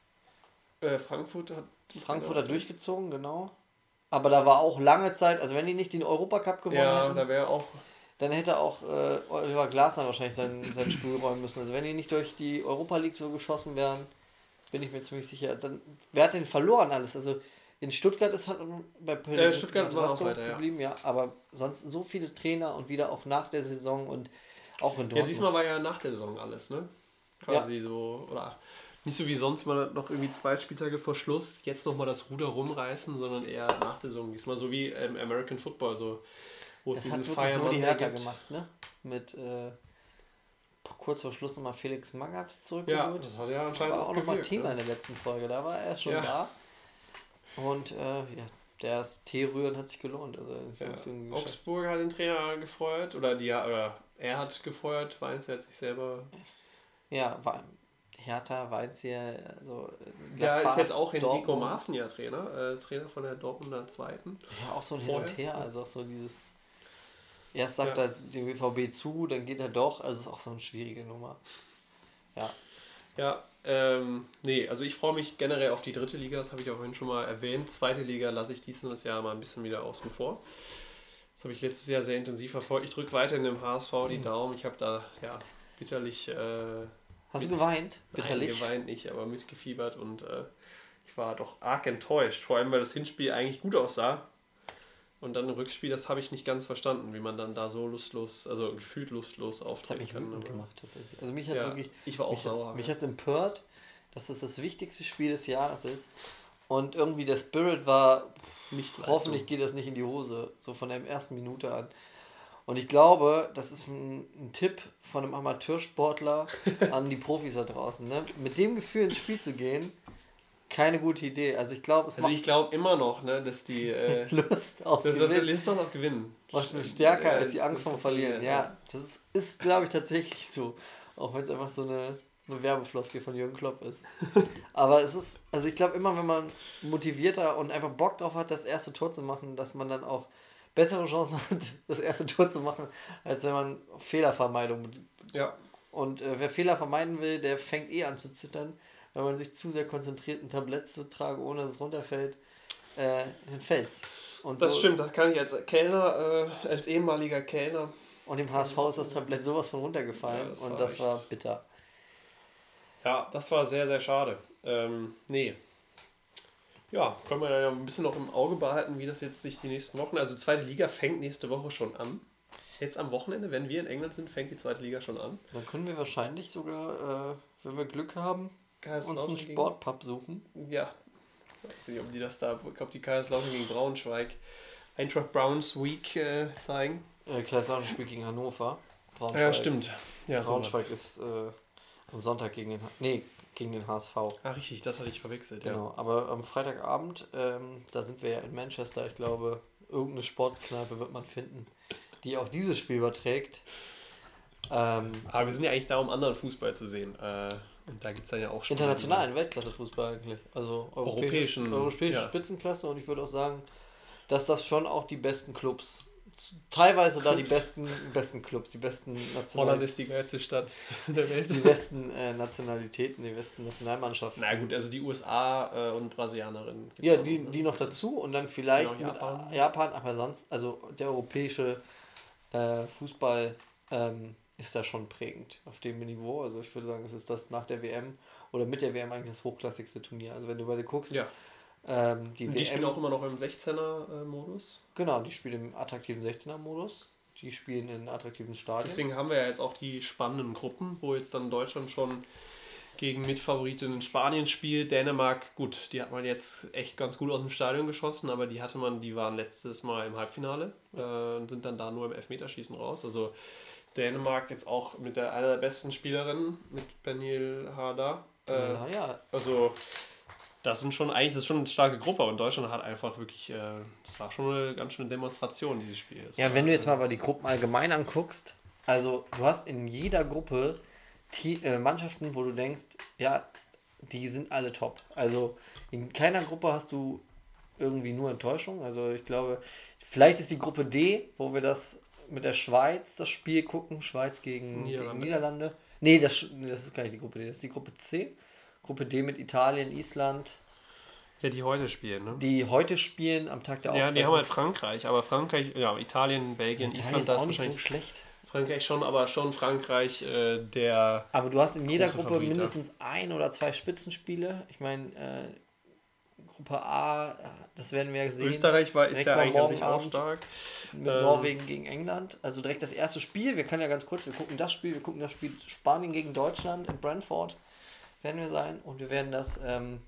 Äh, Frankfurt hat
Frankfurt hat durchgezogen, genau. Aber da war auch lange Zeit, also wenn die nicht den Europacup gewonnen
Ja,
hätten,
da wäre auch.
dann hätte auch äh, Oliver Glasner wahrscheinlich seinen, seinen Stuhl räumen müssen. Also wenn die nicht durch die Europa League so geschossen wären, bin ich mir ziemlich sicher. Dann, wer hat denn verloren alles? Also in Stuttgart ist halt bei
Äh, Stuttgart war auch
Matarazzo
weiter, ja.
geblieben, ja. Aber sonst so viele Trainer und wieder auch nach der Saison und auch in Dortmund.
Ja, diesmal war ja nach der Saison alles, ne? Quasi so, oder nicht so wie sonst mal noch irgendwie zwei Spieltage vor Schluss, jetzt nochmal das Ruder rumreißen, sondern eher nach der Saison. Diesmal so wie im American Football, so wo es
das hat
diesen
wirklich nur die
Monday
Hertha
gibt.
gemacht, ne? Mit äh, kurz vor Schluss nochmal Felix Magath
Ja,
zurückgeholt.
das hat ja anscheinend
war
auch
auch nochmal
gewirkt,
Thema
ne?
in der letzten Folge, da war er schon
Ja.
da. Und äh, ja, das Teerühren hat sich gelohnt. Also ist
Ja.
ein bisschen geschafft.
Augsburg hat den Trainer gefeuert, oder, die, oder er hat gefeuert, Weinz hat sich selber.
Ja, war Hertha, Weinzier, also äh,
Da ist
Gladbach,
jetzt auch Enrico
Dortmund.
Maaßen ja Trainer, äh, Trainer von der Dortmunder Zweiten.
Ja, auch so ein
Vorher.
Hin und Her, also auch so dieses. Erst sagt
Ja.
er dem B V B zu, dann geht er doch, also ist auch so eine schwierige Nummer. Ja,
Ja, ähm, nee, also ich freue mich generell auf die dritte Liga, das habe ich auch vorhin schon mal erwähnt. Zweite Liga lasse ich dieses Jahr mal ein bisschen wieder außen vor. Das habe ich letztes Jahr sehr intensiv verfolgt. Ich drücke weiterhin dem H S V die Daumen. Ich habe da, ja, bitterlich. Äh,
hast du
mit-
geweint?
Nein,
Bitterlich?
geweint nicht, aber mitgefiebert und äh, ich war doch arg enttäuscht. Vor allem, weil das Hinspiel eigentlich gut aussah. Und dann im Rückspiel, das habe ich nicht ganz verstanden, wie man dann da so lustlos, also gefühlt lustlos
Das hat
auftreten
mich
kann.
wütend
aber-
gemacht tatsächlich. Also mich hat
Ja,
wirklich.
ich war auch
mich
sauer.
Hat's, mich hat es empört, dass es das wichtigste Spiel des Jahres ist. Und irgendwie der Spirit war,
nicht
hoffentlich geht das nicht in die Hose, so von der ersten Minute an. Und ich glaube, das ist ein, ein Tipp von einem Amateursportler an die Profis da draußen. Ne? Mit dem Gefühl ins Spiel zu gehen, keine gute Idee. Also ich glaube, es
Also ich
macht
glaube immer noch, ne, dass die äh,
Lust aufs
das, das
Gewinnen.
Lust auf Gewinnen.
Macht mich stärker
Ja,
als die
das-
Angst vom Verlieren. Ja, das ist, ist glaube ich, tatsächlich so. Auch wenn es einfach so eine, eine Werbefloskel von Jürgen Klopp ist. Aber es ist, also ich glaube immer, wenn man motivierter und einfach Bock drauf hat, das erste Tor zu machen, dass man dann auch bessere Chancen hat, das erste Tor zu machen, als wenn man Fehlervermeidung.
Ja,
Und äh, wer Fehler vermeiden will, der fängt eh an zu zittern, wenn man sich zu sehr konzentriert, ein Tablett zu tragen, ohne dass es runterfällt, äh, dann fällt's. Und
das
so,
stimmt, das kann ich als Kellner, äh, als ehemaliger Kellner.
Und dem H S V ist das Tablett sowas von runtergefallen
Ja, das
und
war
das
echt-
war bitter.
Ja, das war sehr, sehr schade. Ähm, nee. Ja, können wir ja ein bisschen noch im Auge behalten, wie das jetzt sich die nächsten Wochen... Also zweite Liga fängt nächste Woche schon an. Jetzt am Wochenende, wenn wir in England sind, fängt die zweite Liga schon an.
Dann können wir wahrscheinlich sogar, äh, wenn wir Glück haben, uns einen Sportpub suchen.
Ja, ich weiß nicht, ob die das da... Ich glaube, die Kaiserslautern gegen Braunschweig Eintracht Braunschweig äh, zeigen.
Äh, Kaiserslautern spielt gegen Hannover.
Braunschweig. Ja, stimmt. Ja,
Braunschweig sowas. ist äh, am Sonntag gegen den... Nee, gegen den H S V.
Ah, richtig, das hatte ich verwechselt.
Genau,
ja.
Aber am Freitagabend, ähm, da sind wir ja in Manchester, ich glaube, irgendeine Sportkneipe wird man finden, die auch dieses Spiel überträgt. Ähm,
aber wir sind ja eigentlich da, um anderen Fußball zu sehen. Äh, und da gibt es dann ja auch
Spiele. Internationalen Weltklasse-Fußball eigentlich. Also europäischen, europäische ja. Spitzenklasse. Und ich würde auch sagen, dass das schon auch die besten Clubs teilweise Clubs. da die besten, besten Clubs, die besten Nationalitäten.
Holland ist die geilste Stadt der Welt.
Die besten äh, Nationalitäten, die besten Nationalmannschaften.
Na gut, also die U S A äh, und Brasilianerinnen.
Ja, die, die noch dazu und dann vielleicht genau, Japan. mit Japan, aber sonst, also der europäische äh, Fußball ähm, ist da schon prägend auf dem Niveau. Also ich würde sagen, es ist das nach der W M oder mit der W M eigentlich das hochklassigste Turnier. Also wenn du bei dir guckst,
ja.
Ähm, die
die W M, spielen auch immer noch im sechzehner-Modus?
Genau, die spielen im attraktiven sechzehner-Modus. Die spielen in attraktiven Stadien.
Deswegen haben wir ja jetzt auch die spannenden Gruppen, wo jetzt dann Deutschland schon gegen Mitfavoriten in Spanien spielt. Dänemark, gut, die hat man jetzt echt ganz gut aus dem Stadion geschossen, aber die hatte man, die waren letztes Mal im Halbfinale äh, und sind dann da nur im Elfmeterschießen raus. Also Dänemark jetzt auch mit der einer der besten Spielerinnen, mit Pernille Harder. Äh,
ja, ja.
Also das sind schon eigentlich, das ist schon eine starke Gruppe und Deutschland hat einfach wirklich, äh, das war schon eine ganz schöne Demonstration, dieses Spiel. Das
ja, wenn du jetzt mal die Gruppen allgemein anguckst, also du hast in jeder Gruppe die, äh, Mannschaften, wo du denkst, ja, die sind alle top. Also in keiner Gruppe hast du irgendwie nur Enttäuschung. Also ich glaube, vielleicht ist die Gruppe D, wo wir das mit der Schweiz, das Spiel gucken, Schweiz gegen Niederlande. Gegen Niederlande. Nee, das, das ist gar nicht die Gruppe D, das ist die Gruppe C. Gruppe D mit Italien, Island.
Ja, die heute spielen, ne?
Die heute spielen am Tag der Aufzeichnung.
Ja, die haben halt Frankreich, aber Frankreich, ja, Italien, Belgien,
Italien
Island,
ist
das
auch
ist
nicht
wahrscheinlich
so schlecht.
Frankreich schon, aber schon Frankreich äh, der.
Aber du hast in jeder Gruppe
Favorite.
mindestens ein oder zwei Spitzenspiele. Ich meine, äh, Gruppe A, das werden wir sehen.
Österreich war, ist ja eigentlich an sich auch stark.
Mit ähm, Norwegen gegen England. Also direkt das erste Spiel. Wir können ja ganz kurz, wir gucken das Spiel, wir gucken das Spiel Spanien gegen Deutschland in Brentford. Werden wir sein. Und wir werden das ähm,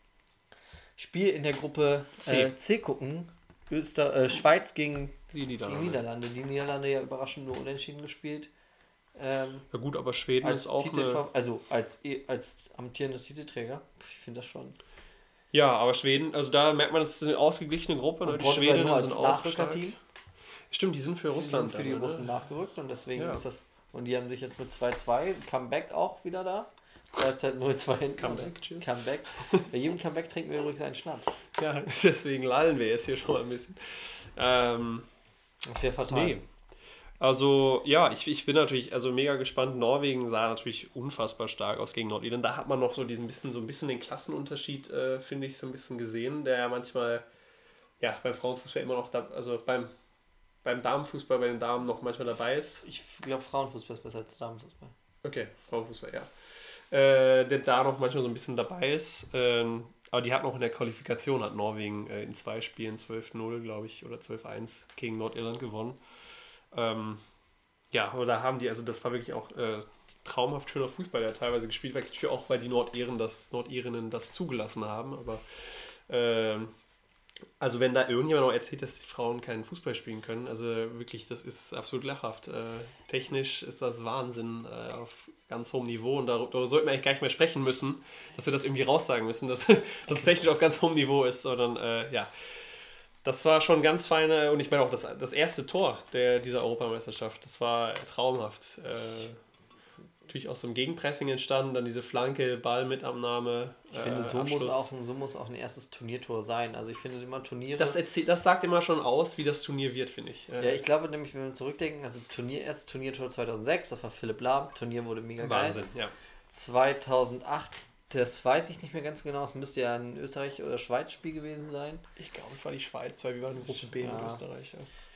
Spiel in der Gruppe C, äh, C gucken. Öster äh, Schweiz gegen
die Niederlande.
die Niederlande. Die Niederlande ja überraschend nur unentschieden gespielt. Ähm,
ja gut, aber Schweden ist auch
eine... Also als, als amtierender Titelträger. Ich finde das schon...
Ja, aber Schweden, also da merkt man, das ist eine ausgeglichene Gruppe. Ne? Die Schweden sind auch stark. Stimmt, die sind für Russland.
Die sind für die dann, Russen ne? nachgerückt und deswegen ja. ist das... Und die haben sich jetzt mit zwei zwei, Comeback auch wieder da. Halbzeit null zwei hinten.
Comeback, tschüss.
Comeback. Bei jedem Comeback trinken wir übrigens einen Schnaps.
Ja, deswegen lallen wir jetzt hier schon mal ein bisschen. Ähm,
das wäre fatal. Nee.
Also, ja, ich, ich bin natürlich also mega gespannt. Norwegen sah natürlich unfassbar stark aus gegen Nordirland. Da hat man noch so diesen bisschen, so ein bisschen den Klassenunterschied, äh, finde ich, so ein bisschen gesehen, der ja manchmal, ja, beim Frauenfußball immer noch, da, also beim, beim Damenfußball bei den Damen noch manchmal dabei ist.
Ich glaube, Frauenfußball ist besser als Damenfußball.
Okay, Frauenfußball, ja. Äh, der da noch manchmal so ein bisschen dabei ist. Ähm, aber die hat noch in der Qualifikation, hat Norwegen äh, in zwei Spielen zwölf null, glaube ich, oder zwölf eins gegen Nordirland gewonnen. Ähm, ja, aber da haben die, also das war wirklich auch äh, traumhaft schöner Fußball, der teilweise gespielt wird, natürlich auch, weil die Nordiren das, Nordirinnen das zugelassen haben, aber ähm, also wenn da irgendjemand noch erzählt, dass die Frauen keinen Fußball spielen können, also wirklich, das ist absolut lachhaft. Äh, technisch ist das Wahnsinn äh, auf ganz hohem Niveau und darüber, darüber sollten wir eigentlich gar nicht mehr sprechen müssen, dass wir das irgendwie raussagen müssen, dass, dass es technisch auf ganz hohem Niveau ist, sondern äh, ja, das war schon ganz feine und ich meine auch das, das erste Tor der, dieser Europameisterschaft, das war traumhaft. Äh, natürlich aus so einem Gegenpressing entstanden, dann diese Flanke, Ballmitabnahme.
Ich finde, so, äh, muss auch, so muss auch ein erstes Turniertor sein. Also ich finde immer Turniere...
Das, erzähl, das sagt immer schon aus, wie das Turnier wird, finde ich.
Ja, ich glaube nämlich, wenn wir zurückdenken, also Turnier, erstes Turniertor zweitausendsechs, das war Philipp Lahm, Turnier wurde mega geil.
Wahnsinn, ja.
zweitausendacht, das weiß ich nicht mehr ganz genau, es müsste ja ein Österreich- oder Schweiz-Spiel gewesen sein.
Ich glaube, es war die Schweiz, weil wir waren in Gruppe B ja. in Österreich. Ja.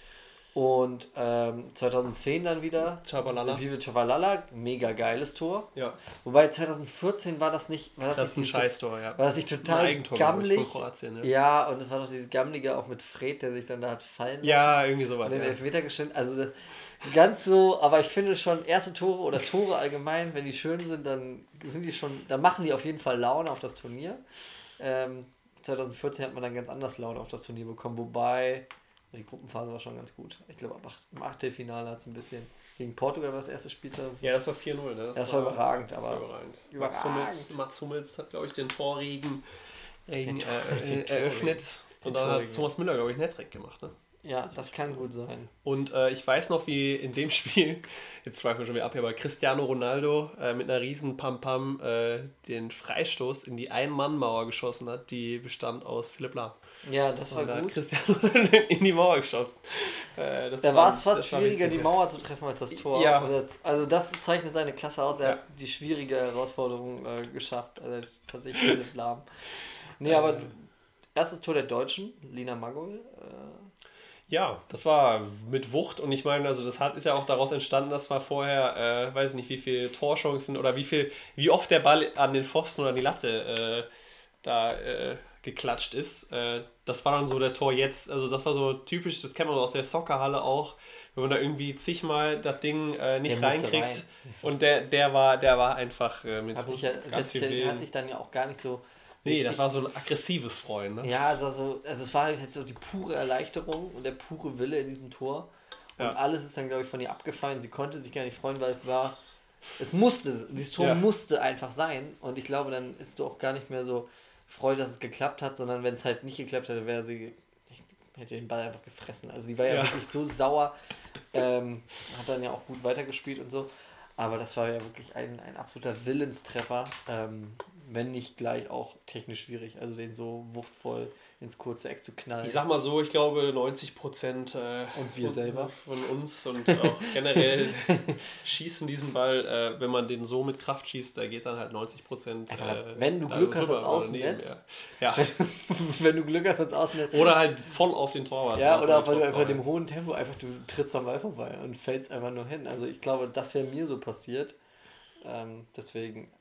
Und ähm, zweitausendzehn dann wieder
Chabalala.
Vive Chabalala, mega geiles Tor.
Ja.
Wobei zweitausendvierzehn war das nicht, war das,
Das
nicht
ist ein
dieses-
Scheißtor, ja.
war das nicht
Ein
total
Eigentor, glaube ich,
gammelig?
von Kroatien, ja.
Ja, und es war doch dieses gammelige auch mit Fred, der sich dann da hat fallen lassen.
Ja, irgendwie sowas.
Und den
Ja.
Elfmeter geschnitten. Also das- ganz so, aber ich finde schon, erste Tore oder Tore allgemein, wenn die schön sind, dann sind die schon, dann machen die auf jeden Fall Laune auf das Turnier. Ähm, zweitausendvierzehn hat man dann ganz anders Laune auf das Turnier bekommen, wobei die Gruppenphase war schon ganz gut. Ich glaube, ab acht- im Achtelfinale hat es ein bisschen gegen Portugal war das erste Spiel.
Ja, das war vier null, ne?
Das war überragend,
das
aber-
war überragend.
überragend.
Mats Hummels, Mats Hummels hat, glaube ich, den Torregen Regen,
Den
äh,
Tor- den
äh,
Torregen.
eröffnet. Und
Den
dann hat
Torregen.
Thomas Müller, glaube ich, einen Hattrick gemacht, ne?
Ja, das kann gut sein.
Und äh, ich weiß noch, wie in dem Spiel, jetzt schweifen wir schon wieder ab hier, aber Cristiano Ronaldo äh, mit einer riesen Pam-Pam äh, den Freistoß in die Ein-Mann-Mauer geschossen hat, die bestand aus Philipp Lahm.
Ja, das war
Und da hat
gut.
Cristiano in die Mauer geschossen. Äh, das
Da war es fast
das war
schwieriger,
witzig,
die
ja.
Mauer zu treffen als das Tor.
Ja.
Und das, also das zeichnet seine Klasse aus. Er
Ja.
hat die schwierige Herausforderung äh, geschafft. Also tatsächlich Philipp Lahm. Nee, aber
Äh.
erstes Tor der Deutschen, Lina Magol. Äh,
Ja, das war mit Wucht und ich meine, also das hat, ist ja auch daraus entstanden, dass wir vorher, äh, weiß nicht, wie viele Torchancen oder wie viel, wie oft der Ball an den Pfosten oder an die Latte äh, da äh, geklatscht ist. Äh, das war dann so der Tor jetzt, also das war so typisch, das kennt man so aus der Soccerhalle auch, wenn man da irgendwie zigmal das Ding äh, nicht
Der musste
reinkriegt.
rein.
Und der, der war, der war einfach äh, mit
hat, sich
Hut
ja,
ganz
setzt
viel
ja,
Willen.
hat sich dann ja auch gar nicht so.
Nee, das
richtig-
war so ein aggressives Freuen, ne?
Ja, also, so, also es war halt so die pure Erleichterung und der pure Wille in diesem Tor. Und
Ja.
alles ist dann, glaube ich, von ihr abgefallen. Sie konnte sich gar nicht freuen, weil es war. Es musste, dieses Tor
Ja.
musste einfach sein. Und ich glaube, dann ist du auch gar nicht mehr so Freude, dass es geklappt hat, sondern wenn es halt nicht geklappt hätte, wäre sie. Ich hätte den Ball einfach gefressen. Also die war ja,
Ja.
wirklich so sauer. Ähm, hat dann ja auch gut weitergespielt und so. Aber das war ja wirklich ein, ein absoluter Willenstreffer. Ähm, wenn nicht gleich auch technisch schwierig. Also den so wuchtvoll ins kurze Eck zu knallen.
Ich sag mal so, ich glaube neunzig Prozent äh,
Und wir
von,
selber.
von uns und auch generell schießen diesen Ball, äh, wenn man den so mit Kraft schießt, da geht dann halt neunzig Prozent.
Einfach,
Äh,
wenn du
da
Glück hast
rüber
als
oder
Außennetz.
neben, Ja. Ja.
wenn du Glück hast als Außennetz.
Oder halt voll auf den Torwart.
Ja,
drauf,
oder
auf
weil
den
du einfach
Torwart.
in dem hohen Tempo einfach, du trittst am Ball vorbei und fällst einfach nur hin. Also ich glaube, das wäre mir so passiert. Ähm, deswegen,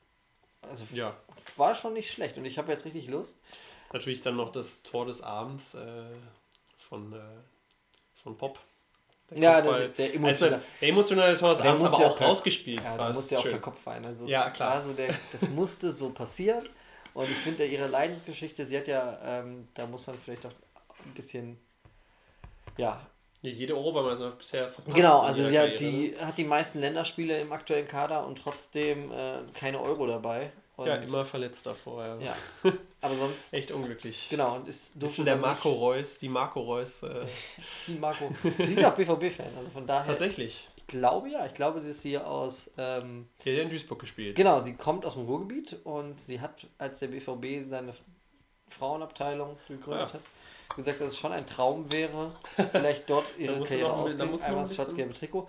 also
Ja,
war schon nicht schlecht und ich habe jetzt richtig Lust.
natürlich dann noch das Tor des Abends äh, von, äh, von Pop.
Ja,
Kopfball.
der, der
Also,
emotional.
der emotionale Tor des
Der
Abends,
musste
aber
ja
auch
per-
rausgespielt.
Ja, da
fast
musste ja auch
schön.
per Kopf fallen. Also es
Ja, klar.
War so der, das musste so passieren. Und ich finde, ihre Leidensgeschichte, sie hat ja, ähm, da muss man vielleicht auch ein bisschen, ja,
Ja, jede Europameisterschaft bisher verpasst.
genau,
in
also
ihrer
sie hat
Karriere,
die,
ne?
hat die meisten Länderspiele im aktuellen Kader und trotzdem äh, keine Euro dabei. Und,
Ja, immer verletzt davor. Ja.
Ja, aber sonst,
Echt unglücklich.
genau, und ist
Bisschen der Marco Reus, die Marco Reus. Äh,
Die Marco. Sie ist ja auch B V B-Fan, also von daher.
tatsächlich.
Ich glaube ja, ich glaube, sie ist hier aus. Ähm,
Die hat ja in Duisburg gespielt.
genau, sie kommt aus dem Ruhrgebiet und sie hat, als der B V B seine Frauenabteilung gegründet
Ja.
hat, gesagt, dass es schon ein Traum wäre, vielleicht dort ihre
musst du
Karriere
noch ein- da
auszuüben.
musst du noch
Einmal
ein
das
bisschen-
schwarz-gelbe Trikot.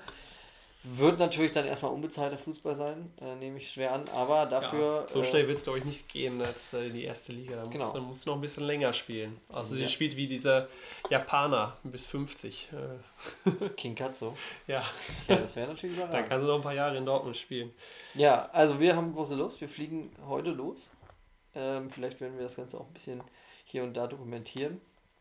Wird natürlich dann erstmal unbezahlter Fußball sein, äh, nehme ich schwer an, aber dafür.
Ja, so
äh,
schnell wird es, glaube ich, nicht gehen als äh, in die erste Liga. Da musst,
Genau.
da musst du noch ein bisschen länger spielen. Also sie
Ja.
spielt wie dieser Japaner bis fünfzig. Äh,
King Katzo.
ja,
Ja, das wäre natürlich
da
überragend.
kann sie noch ein paar Jahre in Dortmund spielen.
Ja, also wir haben große Lust. Wir fliegen heute los. Ähm, vielleicht werden wir das Ganze auch ein bisschen hier und da dokumentieren.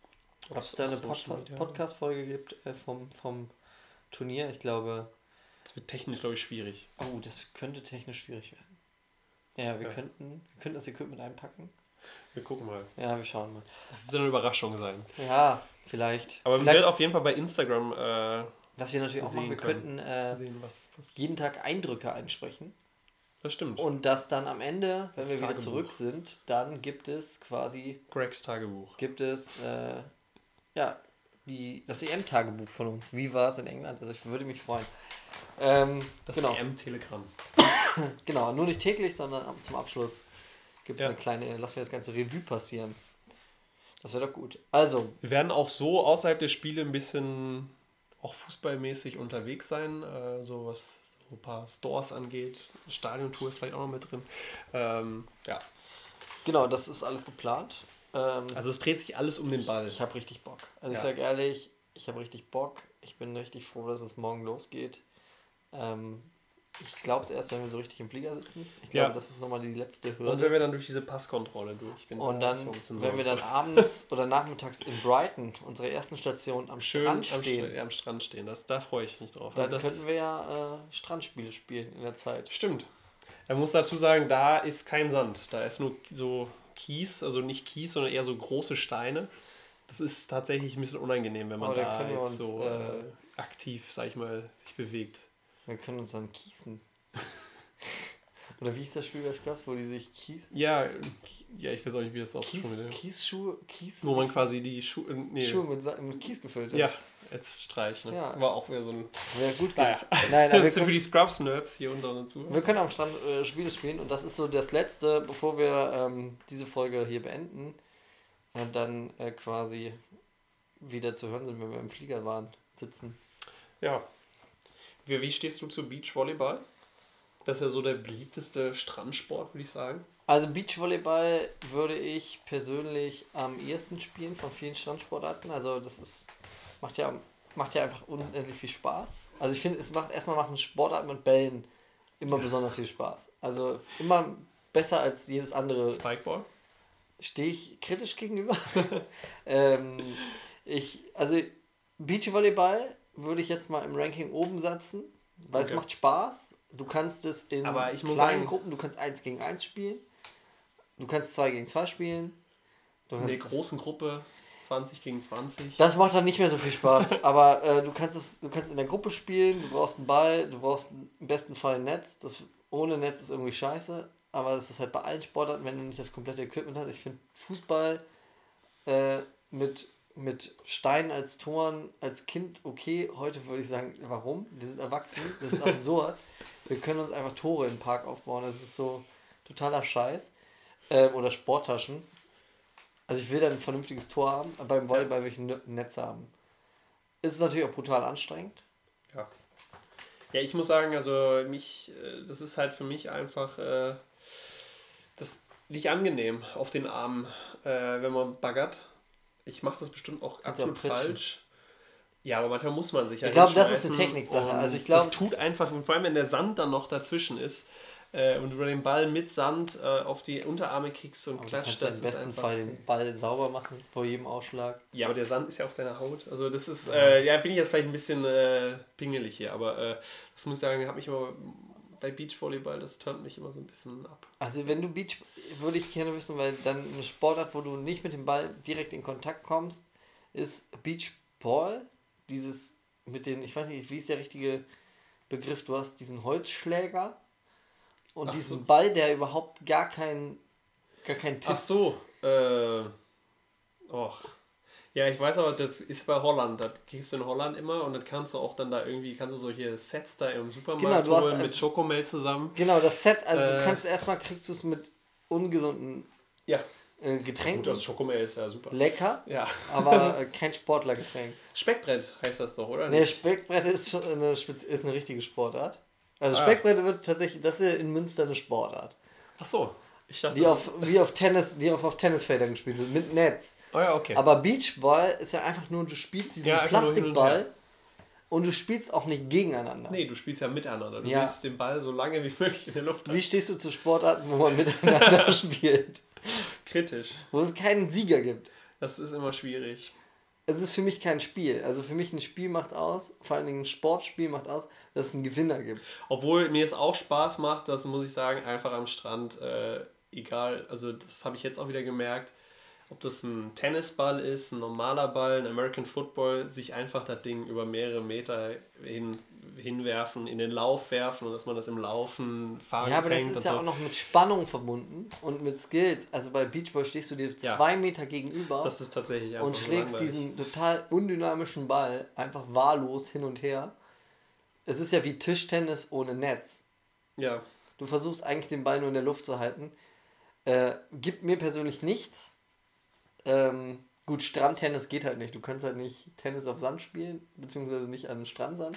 Ob es da eine
Auf
Pod
Social Media.
Podcast-Folge gibt äh, vom, vom Turnier. Ich glaube,
Das wird technisch, glaube ich, schwierig.
oh, das könnte technisch schwierig werden. Ja, wir,
Ja.
Könnten, wir könnten das Equipment einpacken.
Wir gucken mal.
Ja, wir schauen mal.
Das wird eine Überraschung sein.
Ja, vielleicht.
Aber man
vielleicht,
wird auf jeden Fall bei Instagram äh,
was wir natürlich auch
sehen
machen, wir
können.
könnten äh,
sehen, was passiert.
jeden Tag Eindrücke einsprechen.
Das stimmt.
Und das dann am Ende, wenn
Als
wir wieder
Tagebuch.
zurück sind, dann gibt es quasi
Gregs Tagebuch.
gibt es äh, ja, die, das E M-Tagebuch von uns. Wie war es in England? Also ich würde mich freuen. Ähm,
Das
genau,
E M-Telegramm.
genau, nur nicht täglich, sondern am- zum Abschluss gibt es
Ja.
eine kleine, lassen wir das ganze Revue passieren. Das wäre doch gut. Also,
Wir werden auch so außerhalb der Spiele ein bisschen auch fußballmäßig unterwegs sein, äh, so was so ein paar Stores angeht. Stadiontour ist vielleicht auch noch mit drin. Ähm, ja,
genau, das ist alles geplant. Ähm,
also es dreht sich alles um den Ball.
ich habe richtig Bock. Also ich
Ja.
sage ehrlich, Ich habe richtig Bock. Ich bin richtig froh, dass es morgen losgeht. Ähm, ich glaube es erst, wenn wir so richtig im Flieger sitzen. Ich glaube,
Ja.
das ist nochmal die letzte Hürde.
Und wenn wir dann durch diese Passkontrolle durch. Bin
Und
da
dann,
schon ein bisschen
wenn wir dann
sorgenvoll.
abends oder nachmittags in Brighton, unsere ersten Station, am
schön
Strand
am,
stehen,
Stra- ja, am Strand stehen, das, da freue ich mich drauf.
dann
Also das,
könnten wir ja äh, Strandspiele spielen in der Zeit.
Stimmt. Man muss dazu sagen, da ist kein Sand. Da ist nur so Kies, also nicht Kies, sondern eher so große Steine. Das ist tatsächlich ein bisschen unangenehm, wenn man
Aber da
da
können wir
jetzt
uns,
so
äh,
äh, aktiv, sag ich mal, sich bewegt.
Wir können uns dann kiesen. Oder wie ist das Spiel bei Scrubs, wo die sich kies...
Ja, ja, ich weiß auch nicht, wie das
Kies,
ausgesprochen wird.
Kiesschuhe, Kies...
Wo man quasi die Schuhe. Nee.
Schuhe mit, Sa- mit Kies gefüllt hat.
Ja, als Streich, ne?
Ja.
War auch wieder so ein.
Wäre gut
Naja.
gewesen. Nein, aber wir
Das ist für
können,
die Scrubs-Nerds hier unter uns zu.
wir können am Strand äh, Spiele spielen und das ist so das letzte, bevor wir ähm, diese Folge hier beenden und dann äh, quasi wieder zu hören sind, wenn wir im Flieger waren, sitzen.
Ja. Wie, wie stehst du zu Beachvolleyball? Das ist ja so der beliebteste Strandsport, würde ich sagen.
Also Beachvolleyball würde ich persönlich am ehesten spielen von vielen Strandsportarten. Also das ist macht ja macht ja einfach unendlich viel Spaß. Also ich finde, es macht erstmal machen Sportarten mit Bällen immer besonders viel Spaß. Also immer besser als jedes andere.
Spikeball?
Stehe ich kritisch gegenüber. ähm, ich also Beachvolleyball würde ich jetzt mal im Ranking oben setzen, weil
Okay.
es macht Spaß. Du kannst es in
Aber ich muss
kleinen
sagen-
Gruppen, du kannst eins gegen eins spielen. Du kannst zwei gegen zwei spielen. Du
In der
kannst,
großen Gruppe zwanzig gegen zwanzig.
das macht dann nicht mehr so viel Spaß. Aber äh, du kannst es, du kannst in der Gruppe spielen, du brauchst einen Ball, du brauchst im besten Fall ein Netz. Das, ohne Netz ist irgendwie scheiße. Aber es ist halt bei allen Sportarten, wenn du nicht das komplette Equipment hast. Ich finde Fußball äh, mit, mit Steinen als Toren als Kind okay. Heute würde ich sagen, warum? Wir sind erwachsen. Das ist absurd. Wir können uns einfach Tore im Park aufbauen. Das ist so totaler Scheiß. Ähm, oder Sporttaschen. Also ich will dann ein vernünftiges Tor haben, aber beim Volleyball will ich ein Netz haben. Ist es natürlich auch brutal anstrengend.
Ja. Ja, ich muss sagen, also mich, äh, das ist halt für mich einfach äh, das nicht angenehm auf den Armen, äh, wenn man baggert. Ich mache das bestimmt auch
Kannst du
absolut
auch pritschen.
falsch. Ja, aber manchmal muss man sich ja
Ich glaube, das ist eine
hinschmeißen
Techniksache.
und
Also ich glaube-
das tut einfach, und vor allem wenn der Sand dann noch dazwischen ist äh, und du den Ball mit Sand äh, auf die Unterarme kickst und
Aber du
klatscht,
kannst ja
das
im
ist
besten
einfach...
Fall den Ball sauber machen vor jedem Ausschlag.
Ja, aber der Sand ist ja auf deiner Haut. Also das ist, äh, ja, bin ich jetzt vielleicht ein bisschen äh, pingelig hier, aber äh, das muss ich sagen, habe ich immer bei Beachvolleyball, das turnt mich immer so ein bisschen ab.
Also wenn du Beach, würde ich gerne wissen, weil dann eine Sportart, wo du nicht mit dem Ball direkt in Kontakt kommst, ist Beachball. Dieses mit den, ich weiß nicht, wie ist der richtige Begriff, du hast diesen Holzschläger und
Ach
diesen
so.
Ball, der überhaupt gar keinen gar keinen Tipp.
Ach so, äh, och. Ja, ich weiß aber, das ist bei Holland. Das kriegst du in Holland immer und dann kannst du auch dann da irgendwie, kannst du solche Sets da im Supermarkt
Genau, du hast
holen
ein-
mit Schokomel zusammen.
Genau, das Set, also du
Äh.
kannst erstmal kriegst du es mit ungesunden
Ja,
äh,
gut,
Getränken.
das Schokomel ist ja super.
Lecker,
Ja.
aber äh, kein Sportlergetränk.
Speckbrett heißt das doch, oder?
Ne, Speckbrett ist schon eine, Spez- ist eine richtige Sportart. Also
Ah.
Speckbrett wird tatsächlich, das ist in Münster eine Sportart.
Ach so, ich dachte...
Die auf, wie auf Tennis, die auf, auf Tennisfeldern gespielt wird, mit Netz.
oh ja, okay.
Aber Beachball ist ja einfach nur, du spielst diesen
Ja, einfach nur hin und
Plastikball
her.
und du spielst auch nicht gegeneinander.
Nee, du spielst ja miteinander. Du
Ja.
willst den Ball so lange wie möglich in der Luft halten.
Wie stehst du zu Sportarten, wo man miteinander spielt?
Kritisch.
Wo es keinen Sieger gibt?
Das ist immer schwierig.
Es ist für mich kein Spiel. Also für mich ein Spiel macht aus, vor allen Dingen ein Sportspiel macht aus, dass es einen Gewinner gibt.
Obwohl mir es auch Spaß macht, das muss ich sagen, einfach am Strand, äh, egal, also das habe ich jetzt auch wieder gemerkt, ob das ein Tennisball ist, ein normaler Ball, ein American Football, sich einfach das Ding über mehrere Meter hin, hinwerfen, in den Lauf werfen und dass man das im Laufen fahren
Ja, aber das
fängt
ist
und
ja
so.
auch noch mit Spannung verbunden und mit Skills. Also bei Beachball stehst du dir
Ja.
zwei Meter gegenüber
Das ist tatsächlich einfach
und
so
schlägst
langweilig.
diesen total undynamischen Ball einfach wahllos hin und her. Es ist ja wie Tischtennis ohne Netz.
Ja,
Du versuchst eigentlich den Ball nur in der Luft zu halten. Äh, gibt mir persönlich nichts. Ähm, gut, Strandtennis geht halt nicht. Du kannst halt nicht Tennis auf Sand spielen, beziehungsweise nicht an Strandsand.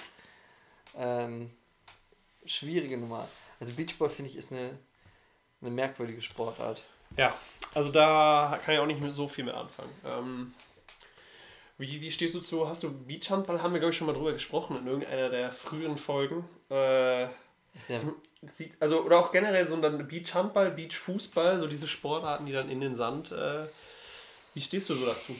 Ähm, schwierige Nummer. Also Beachball finde ich ist eine, eine merkwürdige Sportart.
ja, also da kann ich auch nicht mehr so viel mehr anfangen. Ähm, Wie, wie stehst du zu, hast du Beachhandball, haben wir glaube ich schon mal drüber gesprochen in irgendeiner der früheren Folgen. Äh,
Ist ja,
sieht, also, oder auch generell so dann Beachhandball, Beachfußball, so diese Sportarten, die dann in den Sand. Äh, wie stehst du so dazu?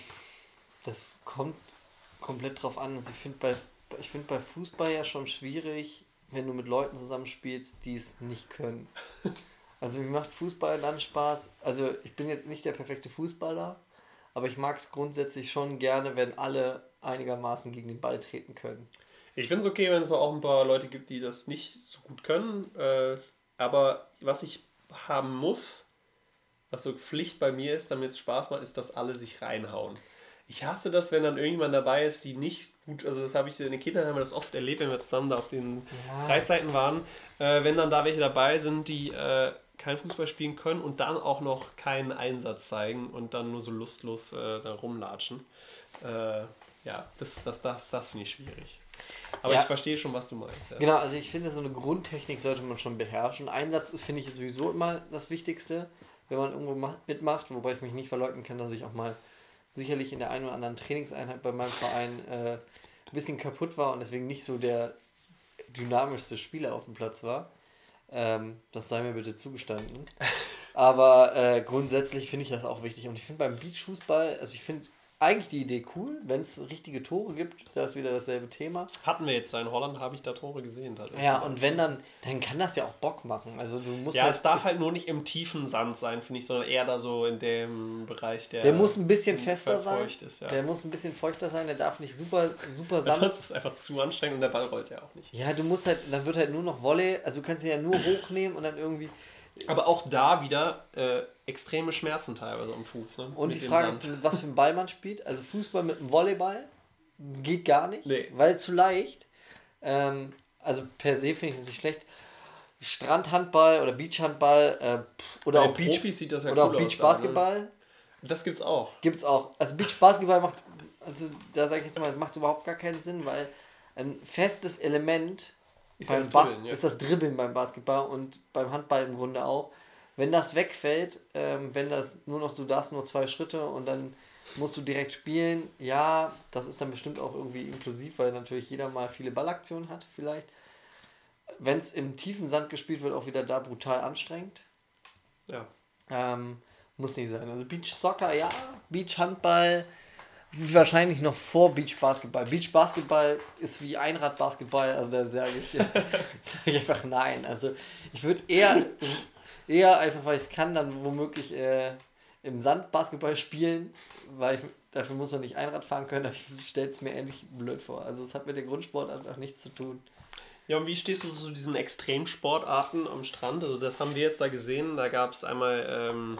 das kommt komplett drauf an. Also ich finde bei, ich find bei Fußball ja schon schwierig, wenn du mit Leuten zusammenspielst, die es nicht können. Also mir macht Fußball dann Spaß. Also ich bin jetzt nicht der perfekte Fußballer, aber ich mag es grundsätzlich schon gerne, wenn alle einigermaßen gegen den Ball treten können.
Ich finde es okay, wenn es auch ein paar Leute gibt, die das nicht so gut können. Äh, aber was ich haben muss, was so Pflicht bei mir ist, damit es Spaß macht, ist, dass alle sich reinhauen. Ich hasse das, wenn dann irgendjemand dabei ist, die nicht gut, also das habe ich in den Kindern haben wir das oft erlebt, wenn wir zusammen da auf den
Ja.
Freizeiten waren, äh, wenn dann da welche dabei sind, die äh, kein Fußball spielen können und dann auch noch keinen Einsatz zeigen und dann nur so lustlos äh, da rumlatschen. Äh, ja, das, das, das, das finde ich schwierig. Aber
Ja.
ich verstehe schon, was du meinst. Ja.
Genau, also ich finde, so eine Grundtechnik sollte man schon beherrschen. Einsatz ist, finde ich, sowieso immer das Wichtigste, wenn man irgendwo ma- mitmacht, wobei ich mich nicht verleugnen kann, dass ich auch mal sicherlich in der einen oder anderen Trainingseinheit bei meinem Verein äh, ein bisschen kaputt war und deswegen nicht so der dynamischste Spieler auf dem Platz war. Ähm, das sei mir bitte zugestanden. Aber äh, grundsätzlich finde ich das auch wichtig. Und ich finde beim Beachfußball, also ich finde eigentlich die Idee cool, wenn es richtige Tore gibt, da ist wieder dasselbe Thema.
Hatten wir jetzt in Holland, habe ich da Tore gesehen. Tatsächlich.
Ja, und wenn dann, dann kann das ja auch Bock machen. Also du musst
Ja,
halt,
es darf
es-
halt nur nicht im tiefen Sand sein, finde ich, sondern eher da so in dem Bereich, der,
der muss ein bisschen fester sein.
feucht ist. Ja.
Der muss ein bisschen feuchter sein, der darf nicht super, super
Sonst
Sand.
ist es einfach zu anstrengend und der Ball rollt ja auch nicht.
Ja, du musst halt, dann wird halt nur noch Volley, also du kannst ihn ja nur hochnehmen und dann irgendwie.
Aber auch da wieder äh, extreme Schmerzen teilweise am Fuß. Ne?
Und
Mit
die
dem
Frage
Sand.
ist, mit was für einen Ball man spielt. Also Fußball mit einem Volleyball geht gar nicht,
Nee.
weil zu leicht. Ähm, also per se finde ich das nicht schlecht. Strandhandball oder Beachhandball äh, pff, oder
Bei
auch Beach,
Profis sieht das ja
oder
cool
auch
aus
Beachbasketball.
Ne? Das gibt's auch.
Gibt's auch. Also Beachbasketball macht, also da sage ich jetzt mal, das macht überhaupt gar keinen Sinn, weil ein festes Element
Ist ja
beim
das
Bas
Dribbeln, ja.
ist das Dribbeln beim Basketball und beim Handball im Grunde auch. Wenn das wegfällt, ähm, wenn das nur noch, du darfst nur zwei Schritte und dann musst du direkt spielen, ja, das ist dann bestimmt auch irgendwie inklusiv, weil natürlich jeder mal viele Ballaktionen hat vielleicht. Wenn es im tiefen Sand gespielt wird, auch wieder da brutal anstrengend.
Ja.
Ähm, muss nicht sein. Also Beach Soccer, ja. Beach Handball, wahrscheinlich noch vor Beach Basketball. Beach Basketball ist wie Einradbasketball, also da sage ich, sag ich einfach nein. Also ich würde eher, eher einfach, weil ich es kann, dann womöglich äh, im Sand Basketball spielen, weil ich, dafür muss man nicht Einrad fahren können, aber ich stelle es mir ähnlich blöd vor. Also es hat mit der Grundsportart auch nichts zu tun.
Ja, und wie stehst du zu diesen Extremsportarten am Strand? Also das haben wir jetzt da gesehen. Da gab es einmal, ähm,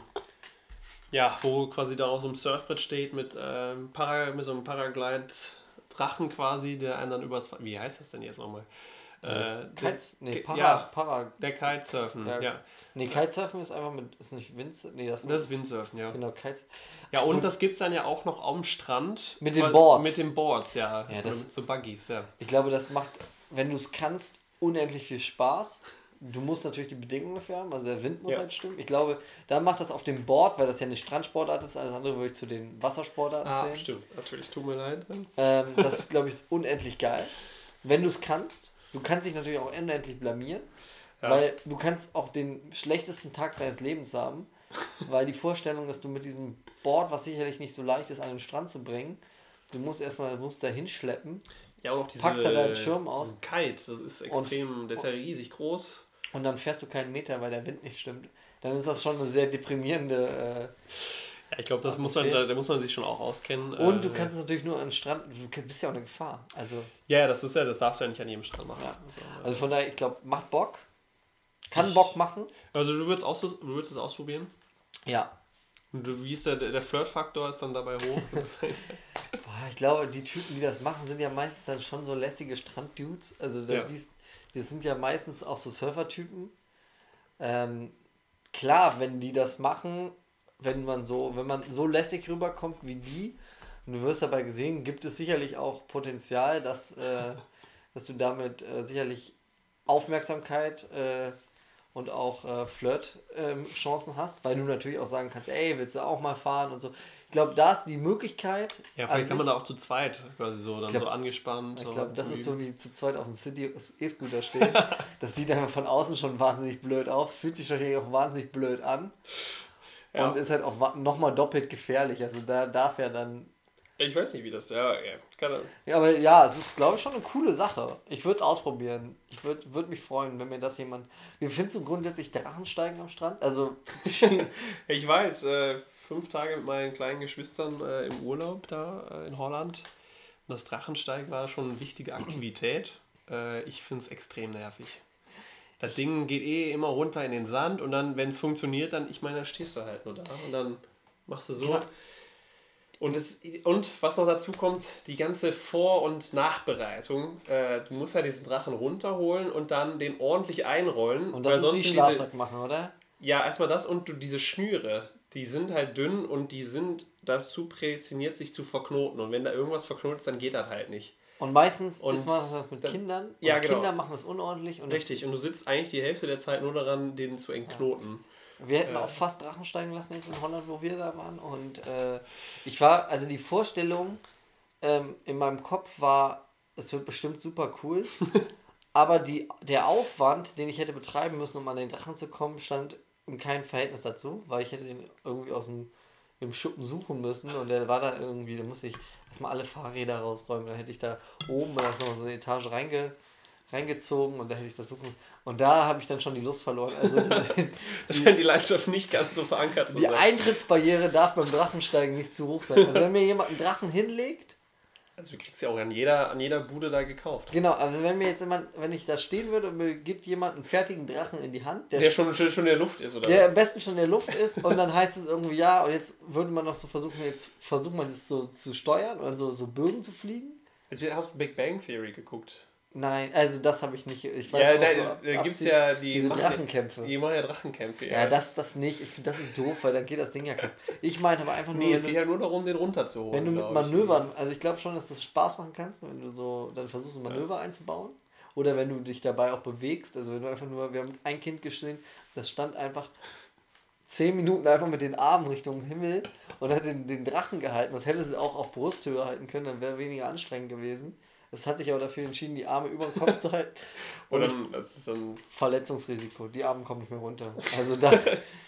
ja, wo quasi da auf so einem Surfbrett steht mit, ähm, Para, mit so einem Paraglide-Drachen quasi, der einen dann übers... Wie heißt das denn jetzt nochmal? Äh,
Kites, nee,
der,
Para,
ja,
Para,
der Kitesurfen,
Ja.
ja.
nee, Kitesurfen ist einfach mit, ist nicht Wind, nee, das,
Das ist Windsurfen, ja.
genau, Kites.
Ja, und
Und-
das gibt es dann ja auch noch am Strand.
Mit den
Weil-
Boards.
Mit den Boards, ja.
Ja,
Oder
das-
mit so Buggies, ja.
Ich glaube, das macht, wenn du es kannst, unendlich viel Spaß. Du musst natürlich die Bedingungen dafür haben, also der Wind muss
Ja.
halt stimmen. Ich glaube, da macht das auf dem Board, weil das ja eine Strandsportart ist, alles andere würde ich zu den Wassersportarten
Ah,
zählen.
stimmt. Natürlich, tut mir leid.
Ähm, das, glaube ich, ist unendlich geil. Wenn du es kannst, du kannst dich natürlich auch unendlich blamieren,
Ja.
weil du kannst auch den schlechtesten Tag deines Lebens haben, weil die Vorstellung, dass du mit diesem Board, was sicherlich nicht so leicht ist, an den Strand zu bringen, du musst erstmal, du musst da hinschleppen.
Ja, auch noch diese,
Packst du deinen Schirm aus?
diesen Kite, das ist extrem, der ist ja riesig groß.
Und dann fährst du keinen Meter, weil der Wind nicht stimmt. Dann ist das schon eine sehr deprimierende.
Ja, ich glaube, das muss man,
Atmosphäre.
da, da muss man sich schon auch auskennen.
Äh, und du
Äh,
kannst es natürlich nur an den Strand. Du bist ja auch eine Gefahr. Also,
Ja, ja, das ist ja, das darfst du ja nicht an jedem Strand machen.
ja.
So,
also von daher, ich glaube, macht Bock. Kann
Ich-
Bock machen.
also du würdest, auch, so- du würdest es ausprobieren?
Ja.
Und du, wie ist der, der Flirt-Faktor ist dann dabei hoch?
Boah, ich glaube, die Typen, die das machen, sind ja meistens dann schon so lässige Stranddudes. Also, da
Ja.
siehst, das sind ja meistens auch so Surfer-Typen. Ähm, klar, wenn die das machen, wenn man so, wenn man so lässig rüberkommt wie die, und du wirst dabei gesehen, gibt es sicherlich auch Potenzial, dass, äh, dass du damit äh, sicherlich Aufmerksamkeit äh, und auch äh, Flirt-Chancen ähm, hast, weil du natürlich auch sagen kannst, ey, willst du auch mal fahren und so. Ich glaube, da ist die Möglichkeit.
Ja, vielleicht kann man da auch zu zweit quasi so, dann glaub, so angespannt.
Ich glaube, das ist so wie zu zweit auf dem City-E-Scooter stehen. Das sieht einfach von außen schon wahnsinnig blöd auf, fühlt sich wahrscheinlich auch wahnsinnig blöd an. Ja. Und ist halt auch nochmal doppelt gefährlich. Also da darf ja dann.
Ich weiß nicht, wie das. Ja, ja, keine Ahnung.
Ja, aber ja, es ist, glaube ich, schon eine coole Sache. Ich würde es ausprobieren. Ich würde würd mich freuen, wenn mir das jemand. Wie findest du grundsätzlich Drachensteigen am Strand? Also.
Ich weiß, äh, fünf Tage mit meinen kleinen Geschwistern äh, im Urlaub da äh, in Holland. Und das Drachensteigen war schon eine wichtige Aktivität. Äh, ich finde es extrem nervig. Das Ding geht eh immer runter in den Sand und dann, wenn es funktioniert, dann, ich meine, da stehst du halt nur da und dann machst du so. Klar. Und, es, und was noch dazu kommt, die ganze Vor- und Nachbereitung. Äh, du musst ja diesen Drachen runterholen und dann den ordentlich einrollen.
Und das ist wie Schlafsack diese, machen, oder?
Ja, erstmal das und du, diese Schnüre, die sind halt dünn und die sind dazu prädestiniert, sich zu verknoten. Und wenn da irgendwas verknotet ist, dann geht das halt nicht.
Und meistens
und
ist man das mit dann, Kindern. Und
ja, genau.
Kinder machen das unordentlich. Und
richtig,
das,
und du sitzt eigentlich die Hälfte der Zeit nur daran, den zu entknoten. Ja.
Wir hätten äh. auch fast Drachen steigen lassen jetzt in Holland, wo wir da waren. Und äh, ich war, also die Vorstellung ähm, in meinem Kopf war, es wird bestimmt super cool. Aber die, der Aufwand, den ich hätte betreiben müssen, um an den Drachen zu kommen, stand in keinem Verhältnis dazu, weil ich hätte den irgendwie aus dem im Schuppen suchen müssen und der war da irgendwie, da musste ich erstmal alle Fahrräder rausräumen, dann hätte ich da oben da ist noch so eine Etage reinge, reingezogen und da hätte ich das suchen müssen. Und da habe ich dann schon die Lust verloren. Also die,
da scheint die Leidenschaft nicht ganz so verankert zu
die
sein.
Die Eintrittsbarriere darf beim Drachensteigen nicht zu hoch sein. Also wenn mir jemand einen Drachen hinlegt.
Also du kriegst ja auch an jeder, an jeder Bude da gekauft.
Genau, also wenn mir jetzt jemand, wenn ich da stehen würde und mir gibt jemand einen fertigen Drachen in die Hand,
der, der schon, schon in der Luft ist, oder?
Der
was?
am besten schon in der Luft ist und dann heißt es irgendwie, ja, und jetzt würde man noch so versuchen, jetzt versucht man das so zu steuern oder so, so Bögen zu fliegen.
Jetzt hast du Big Bang Theory geguckt.
Nein, also das habe ich nicht. Ich weiß
ja,
auch,
da, da gibt es ja die
diese Drachenkämpfe.
Die machen ja Drachenkämpfe, ja.
Ja, das, das nicht. Ich finde, das ist doof, weil dann geht das Ding ja kaputt. Ich meine aber einfach nur.
Nee, es geht ja nur darum, den runterzuholen.
Wenn du mit Manövern, also ich glaube schon, dass das Spaß machen kannst, wenn du so dann versuchst, ein Manöver ja. einzubauen. Oder wenn du dich dabei auch bewegst. Also wenn du einfach nur, wir haben ein Kind gesehen, das stand einfach zehn Minuten einfach mit den Armen Richtung Himmel und hat den, den Drachen gehalten. Das hätte sie auch auf Brusthöhe halten können, dann wäre weniger anstrengend gewesen. Es hat sich aber dafür entschieden, die Arme über den Kopf zu halten. Und
Oder das ist ein
Verletzungsrisiko. Die Arme kommen nicht mehr runter. Also da,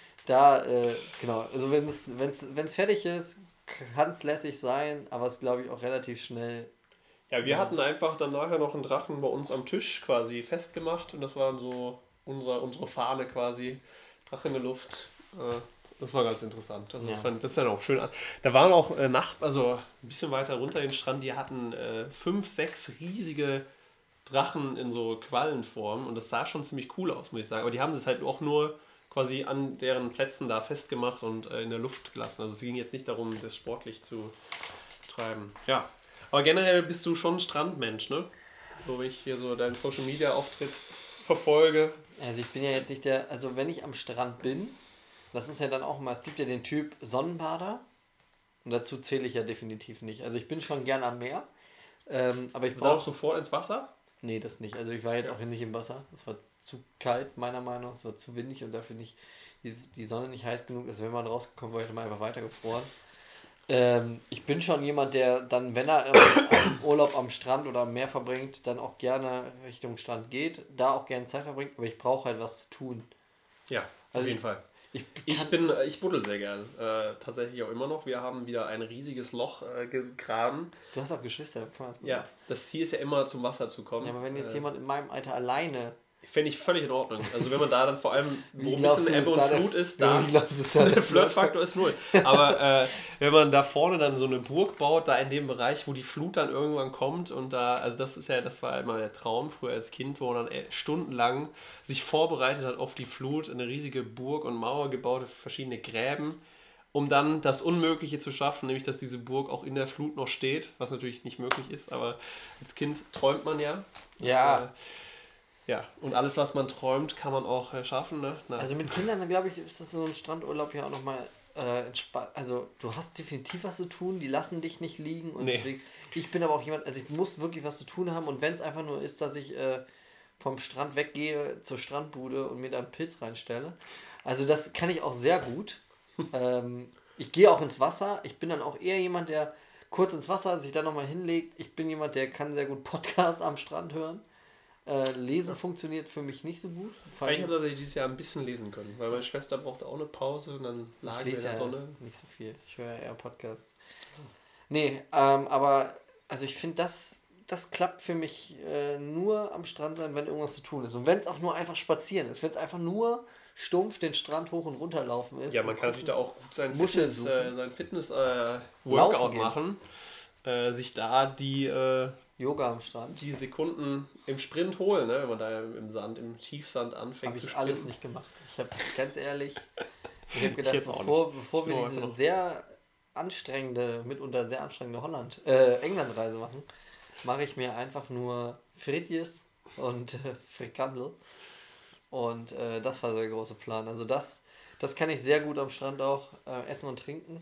da äh, genau. Also wenn es wenn's, wenn's fertig ist, kann es lässig sein, aber es ist, glaube ich, auch relativ schnell.
Ja, wir ja. hatten einfach dann nachher noch einen Drachen bei uns am Tisch quasi festgemacht und das war dann so unser, unsere Fahne quasi. Drache in der Luft. Äh, Das war ganz interessant. Also ja. ich fand das ist ja auch schön. Da waren auch äh, nach, also ein bisschen weiter runter den Strand, die hatten äh, fünf, sechs riesige Drachen in so Quallenform und das sah schon ziemlich cool aus, muss ich sagen. Aber die haben das halt auch nur quasi an deren Plätzen da festgemacht und äh, in der Luft gelassen. Also es ging jetzt nicht darum, das sportlich zu treiben. Ja. Aber generell bist du schon ein Strandmensch, ne? So wie ich hier so deinen Social Media Auftritt verfolge.
Also ich bin ja jetzt nicht der, also wenn ich am Strand bin, das muss ja dann auch mal, es gibt ja den Typ Sonnenbader und dazu zähle ich ja definitiv nicht. Also ich bin schon gern am Meer, ähm, aber ich brauche...
Brauchst du sofort ins Wasser?
Nee, das nicht. Also ich war jetzt ja. auch nicht im Wasser. Es war zu kalt, meiner Meinung nach. Es war zu windig und dafür nicht die, die Sonne nicht heiß genug. Also wenn man rausgekommen war, hätte man einfach weiter gefroren. Ähm, ich bin schon jemand, der dann, wenn er im Urlaub am Strand oder am Meer verbringt, dann auch gerne Richtung Strand geht, da auch gerne Zeit verbringt, aber ich brauche halt was zu tun.
Ja, auf
also
jeden
ich,
Fall.
Ich,
ich bin, ich buddel sehr gern. Äh, tatsächlich auch immer noch. Wir haben wieder ein riesiges Loch äh, gegraben.
Du hast auch Geschwister, kann man das
Ja, das Ziel ist ja immer zum Wasser zu kommen.
Ja, aber wenn jetzt
äh,
jemand in meinem Alter alleine...
Fände ich völlig in Ordnung. Also wenn man da dann vor allem, wo ein bisschen Ebbe und Flut ist, da
glaubst, da
der Flirtfaktor ist null. Aber äh, wenn man da vorne dann so eine Burg baut, da in dem Bereich, wo die Flut dann irgendwann kommt und da, also das ist ja, das war immer der Traum früher als Kind, wo man dann stundenlang sich vorbereitet hat auf die Flut, eine riesige Burg und Mauer gebaut, verschiedene Gräben, um dann das Unmögliche zu schaffen, nämlich dass diese Burg auch in der Flut noch steht, was natürlich nicht möglich ist, aber als Kind träumt man ja.
Ja.
Und, äh, Ja, und alles, was man träumt, kann man auch äh, schaffen. Ne? Na.
Also mit Kindern, glaube ich, ist das so ein Strandurlaub ja auch nochmal äh, entspannt. Also du hast definitiv was zu tun, die lassen dich nicht liegen. Und
nee.
deswegen, ich bin aber auch jemand, also ich muss wirklich was zu tun haben. Und wenn es einfach nur ist, dass ich äh, vom Strand weggehe zur Strandbude und mir da einen Pilz reinstelle. Also das kann ich auch sehr gut. ähm, ich gehe auch ins Wasser. Ich bin dann auch eher jemand, der kurz ins Wasser sich dann nochmal hinlegt. Ich bin jemand, der kann sehr gut Podcasts am Strand hören. Äh, lesen funktioniert für mich nicht so gut. Vor
Ich
allem,
habe tatsächlich dieses Jahr ein bisschen lesen können, weil meine Schwester brauchte auch eine Pause und dann
ich
lagen wir in
lese
der
ja
Sonne.
nicht so viel. Ich höre ja eher Podcasts. Nee, ähm, aber also ich finde, das, das klappt für mich äh, nur am Strand sein, wenn irgendwas zu tun ist. Und wenn es auch nur einfach spazieren ist. Wenn es einfach nur stumpf den Strand hoch und runter laufen ist.
Ja, man kann natürlich da auch gut sein
Muscheln
Fitness,
suchen.
äh, sein Fitness äh,
Laufen
Workout
gehen.
machen, äh, sich da die, äh,
Yoga am Strand.
die Sekunden im Sprint holen, ne? Wenn man da im Sand, im Tiefsand anfängt
Habe
zu
ich
sprinten.
alles nicht gemacht. Ich habe ganz ehrlich, ich habe gedacht,
jetzt auch
bevor, bevor wir
Nur
diese
einfach noch-
sehr anstrengende, mitunter sehr anstrengende Holland, äh, England-Reise machen, mache ich mir einfach nur Fritjes und äh, Frikandel. Und äh, das war der große Plan. Also das, das kann ich sehr gut am Strand auch äh, essen und trinken.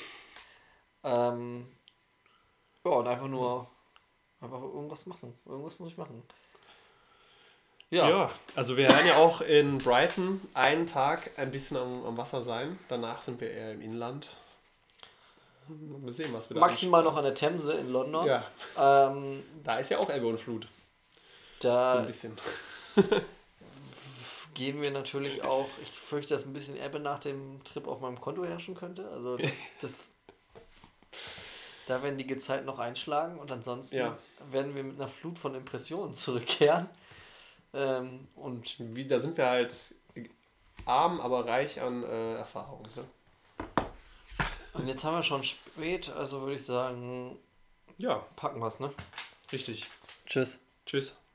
Ähm, ja, und einfach nur einfach irgendwas machen. Irgendwas muss ich machen. Ja,
Ja, also wir werden ja auch in Brighton einen Tag ein bisschen am, am Wasser sein. Danach sind wir eher im Inland. Mal sehen, was wir da
maximal noch an der Themse in London.
Ja,
Ähm,
da ist ja auch Ebbe und Flut. So
da
ein bisschen.
gehen wir natürlich auch, ich fürchte, dass ein bisschen Ebbe nach dem Trip auf meinem Konto herrschen könnte. Also das, das da werden die Gezeiten noch einschlagen und ansonsten
Ja.
werden wir mit einer Flut von Impressionen zurückkehren. Ähm, und
Wie, da sind wir halt arm, aber reich an äh, Erfahrung. Ne?
Und jetzt haben wir schon spät, also würde ich sagen,
Ja,
packen wir's, ne?
richtig.
Tschüss.
Tschüss.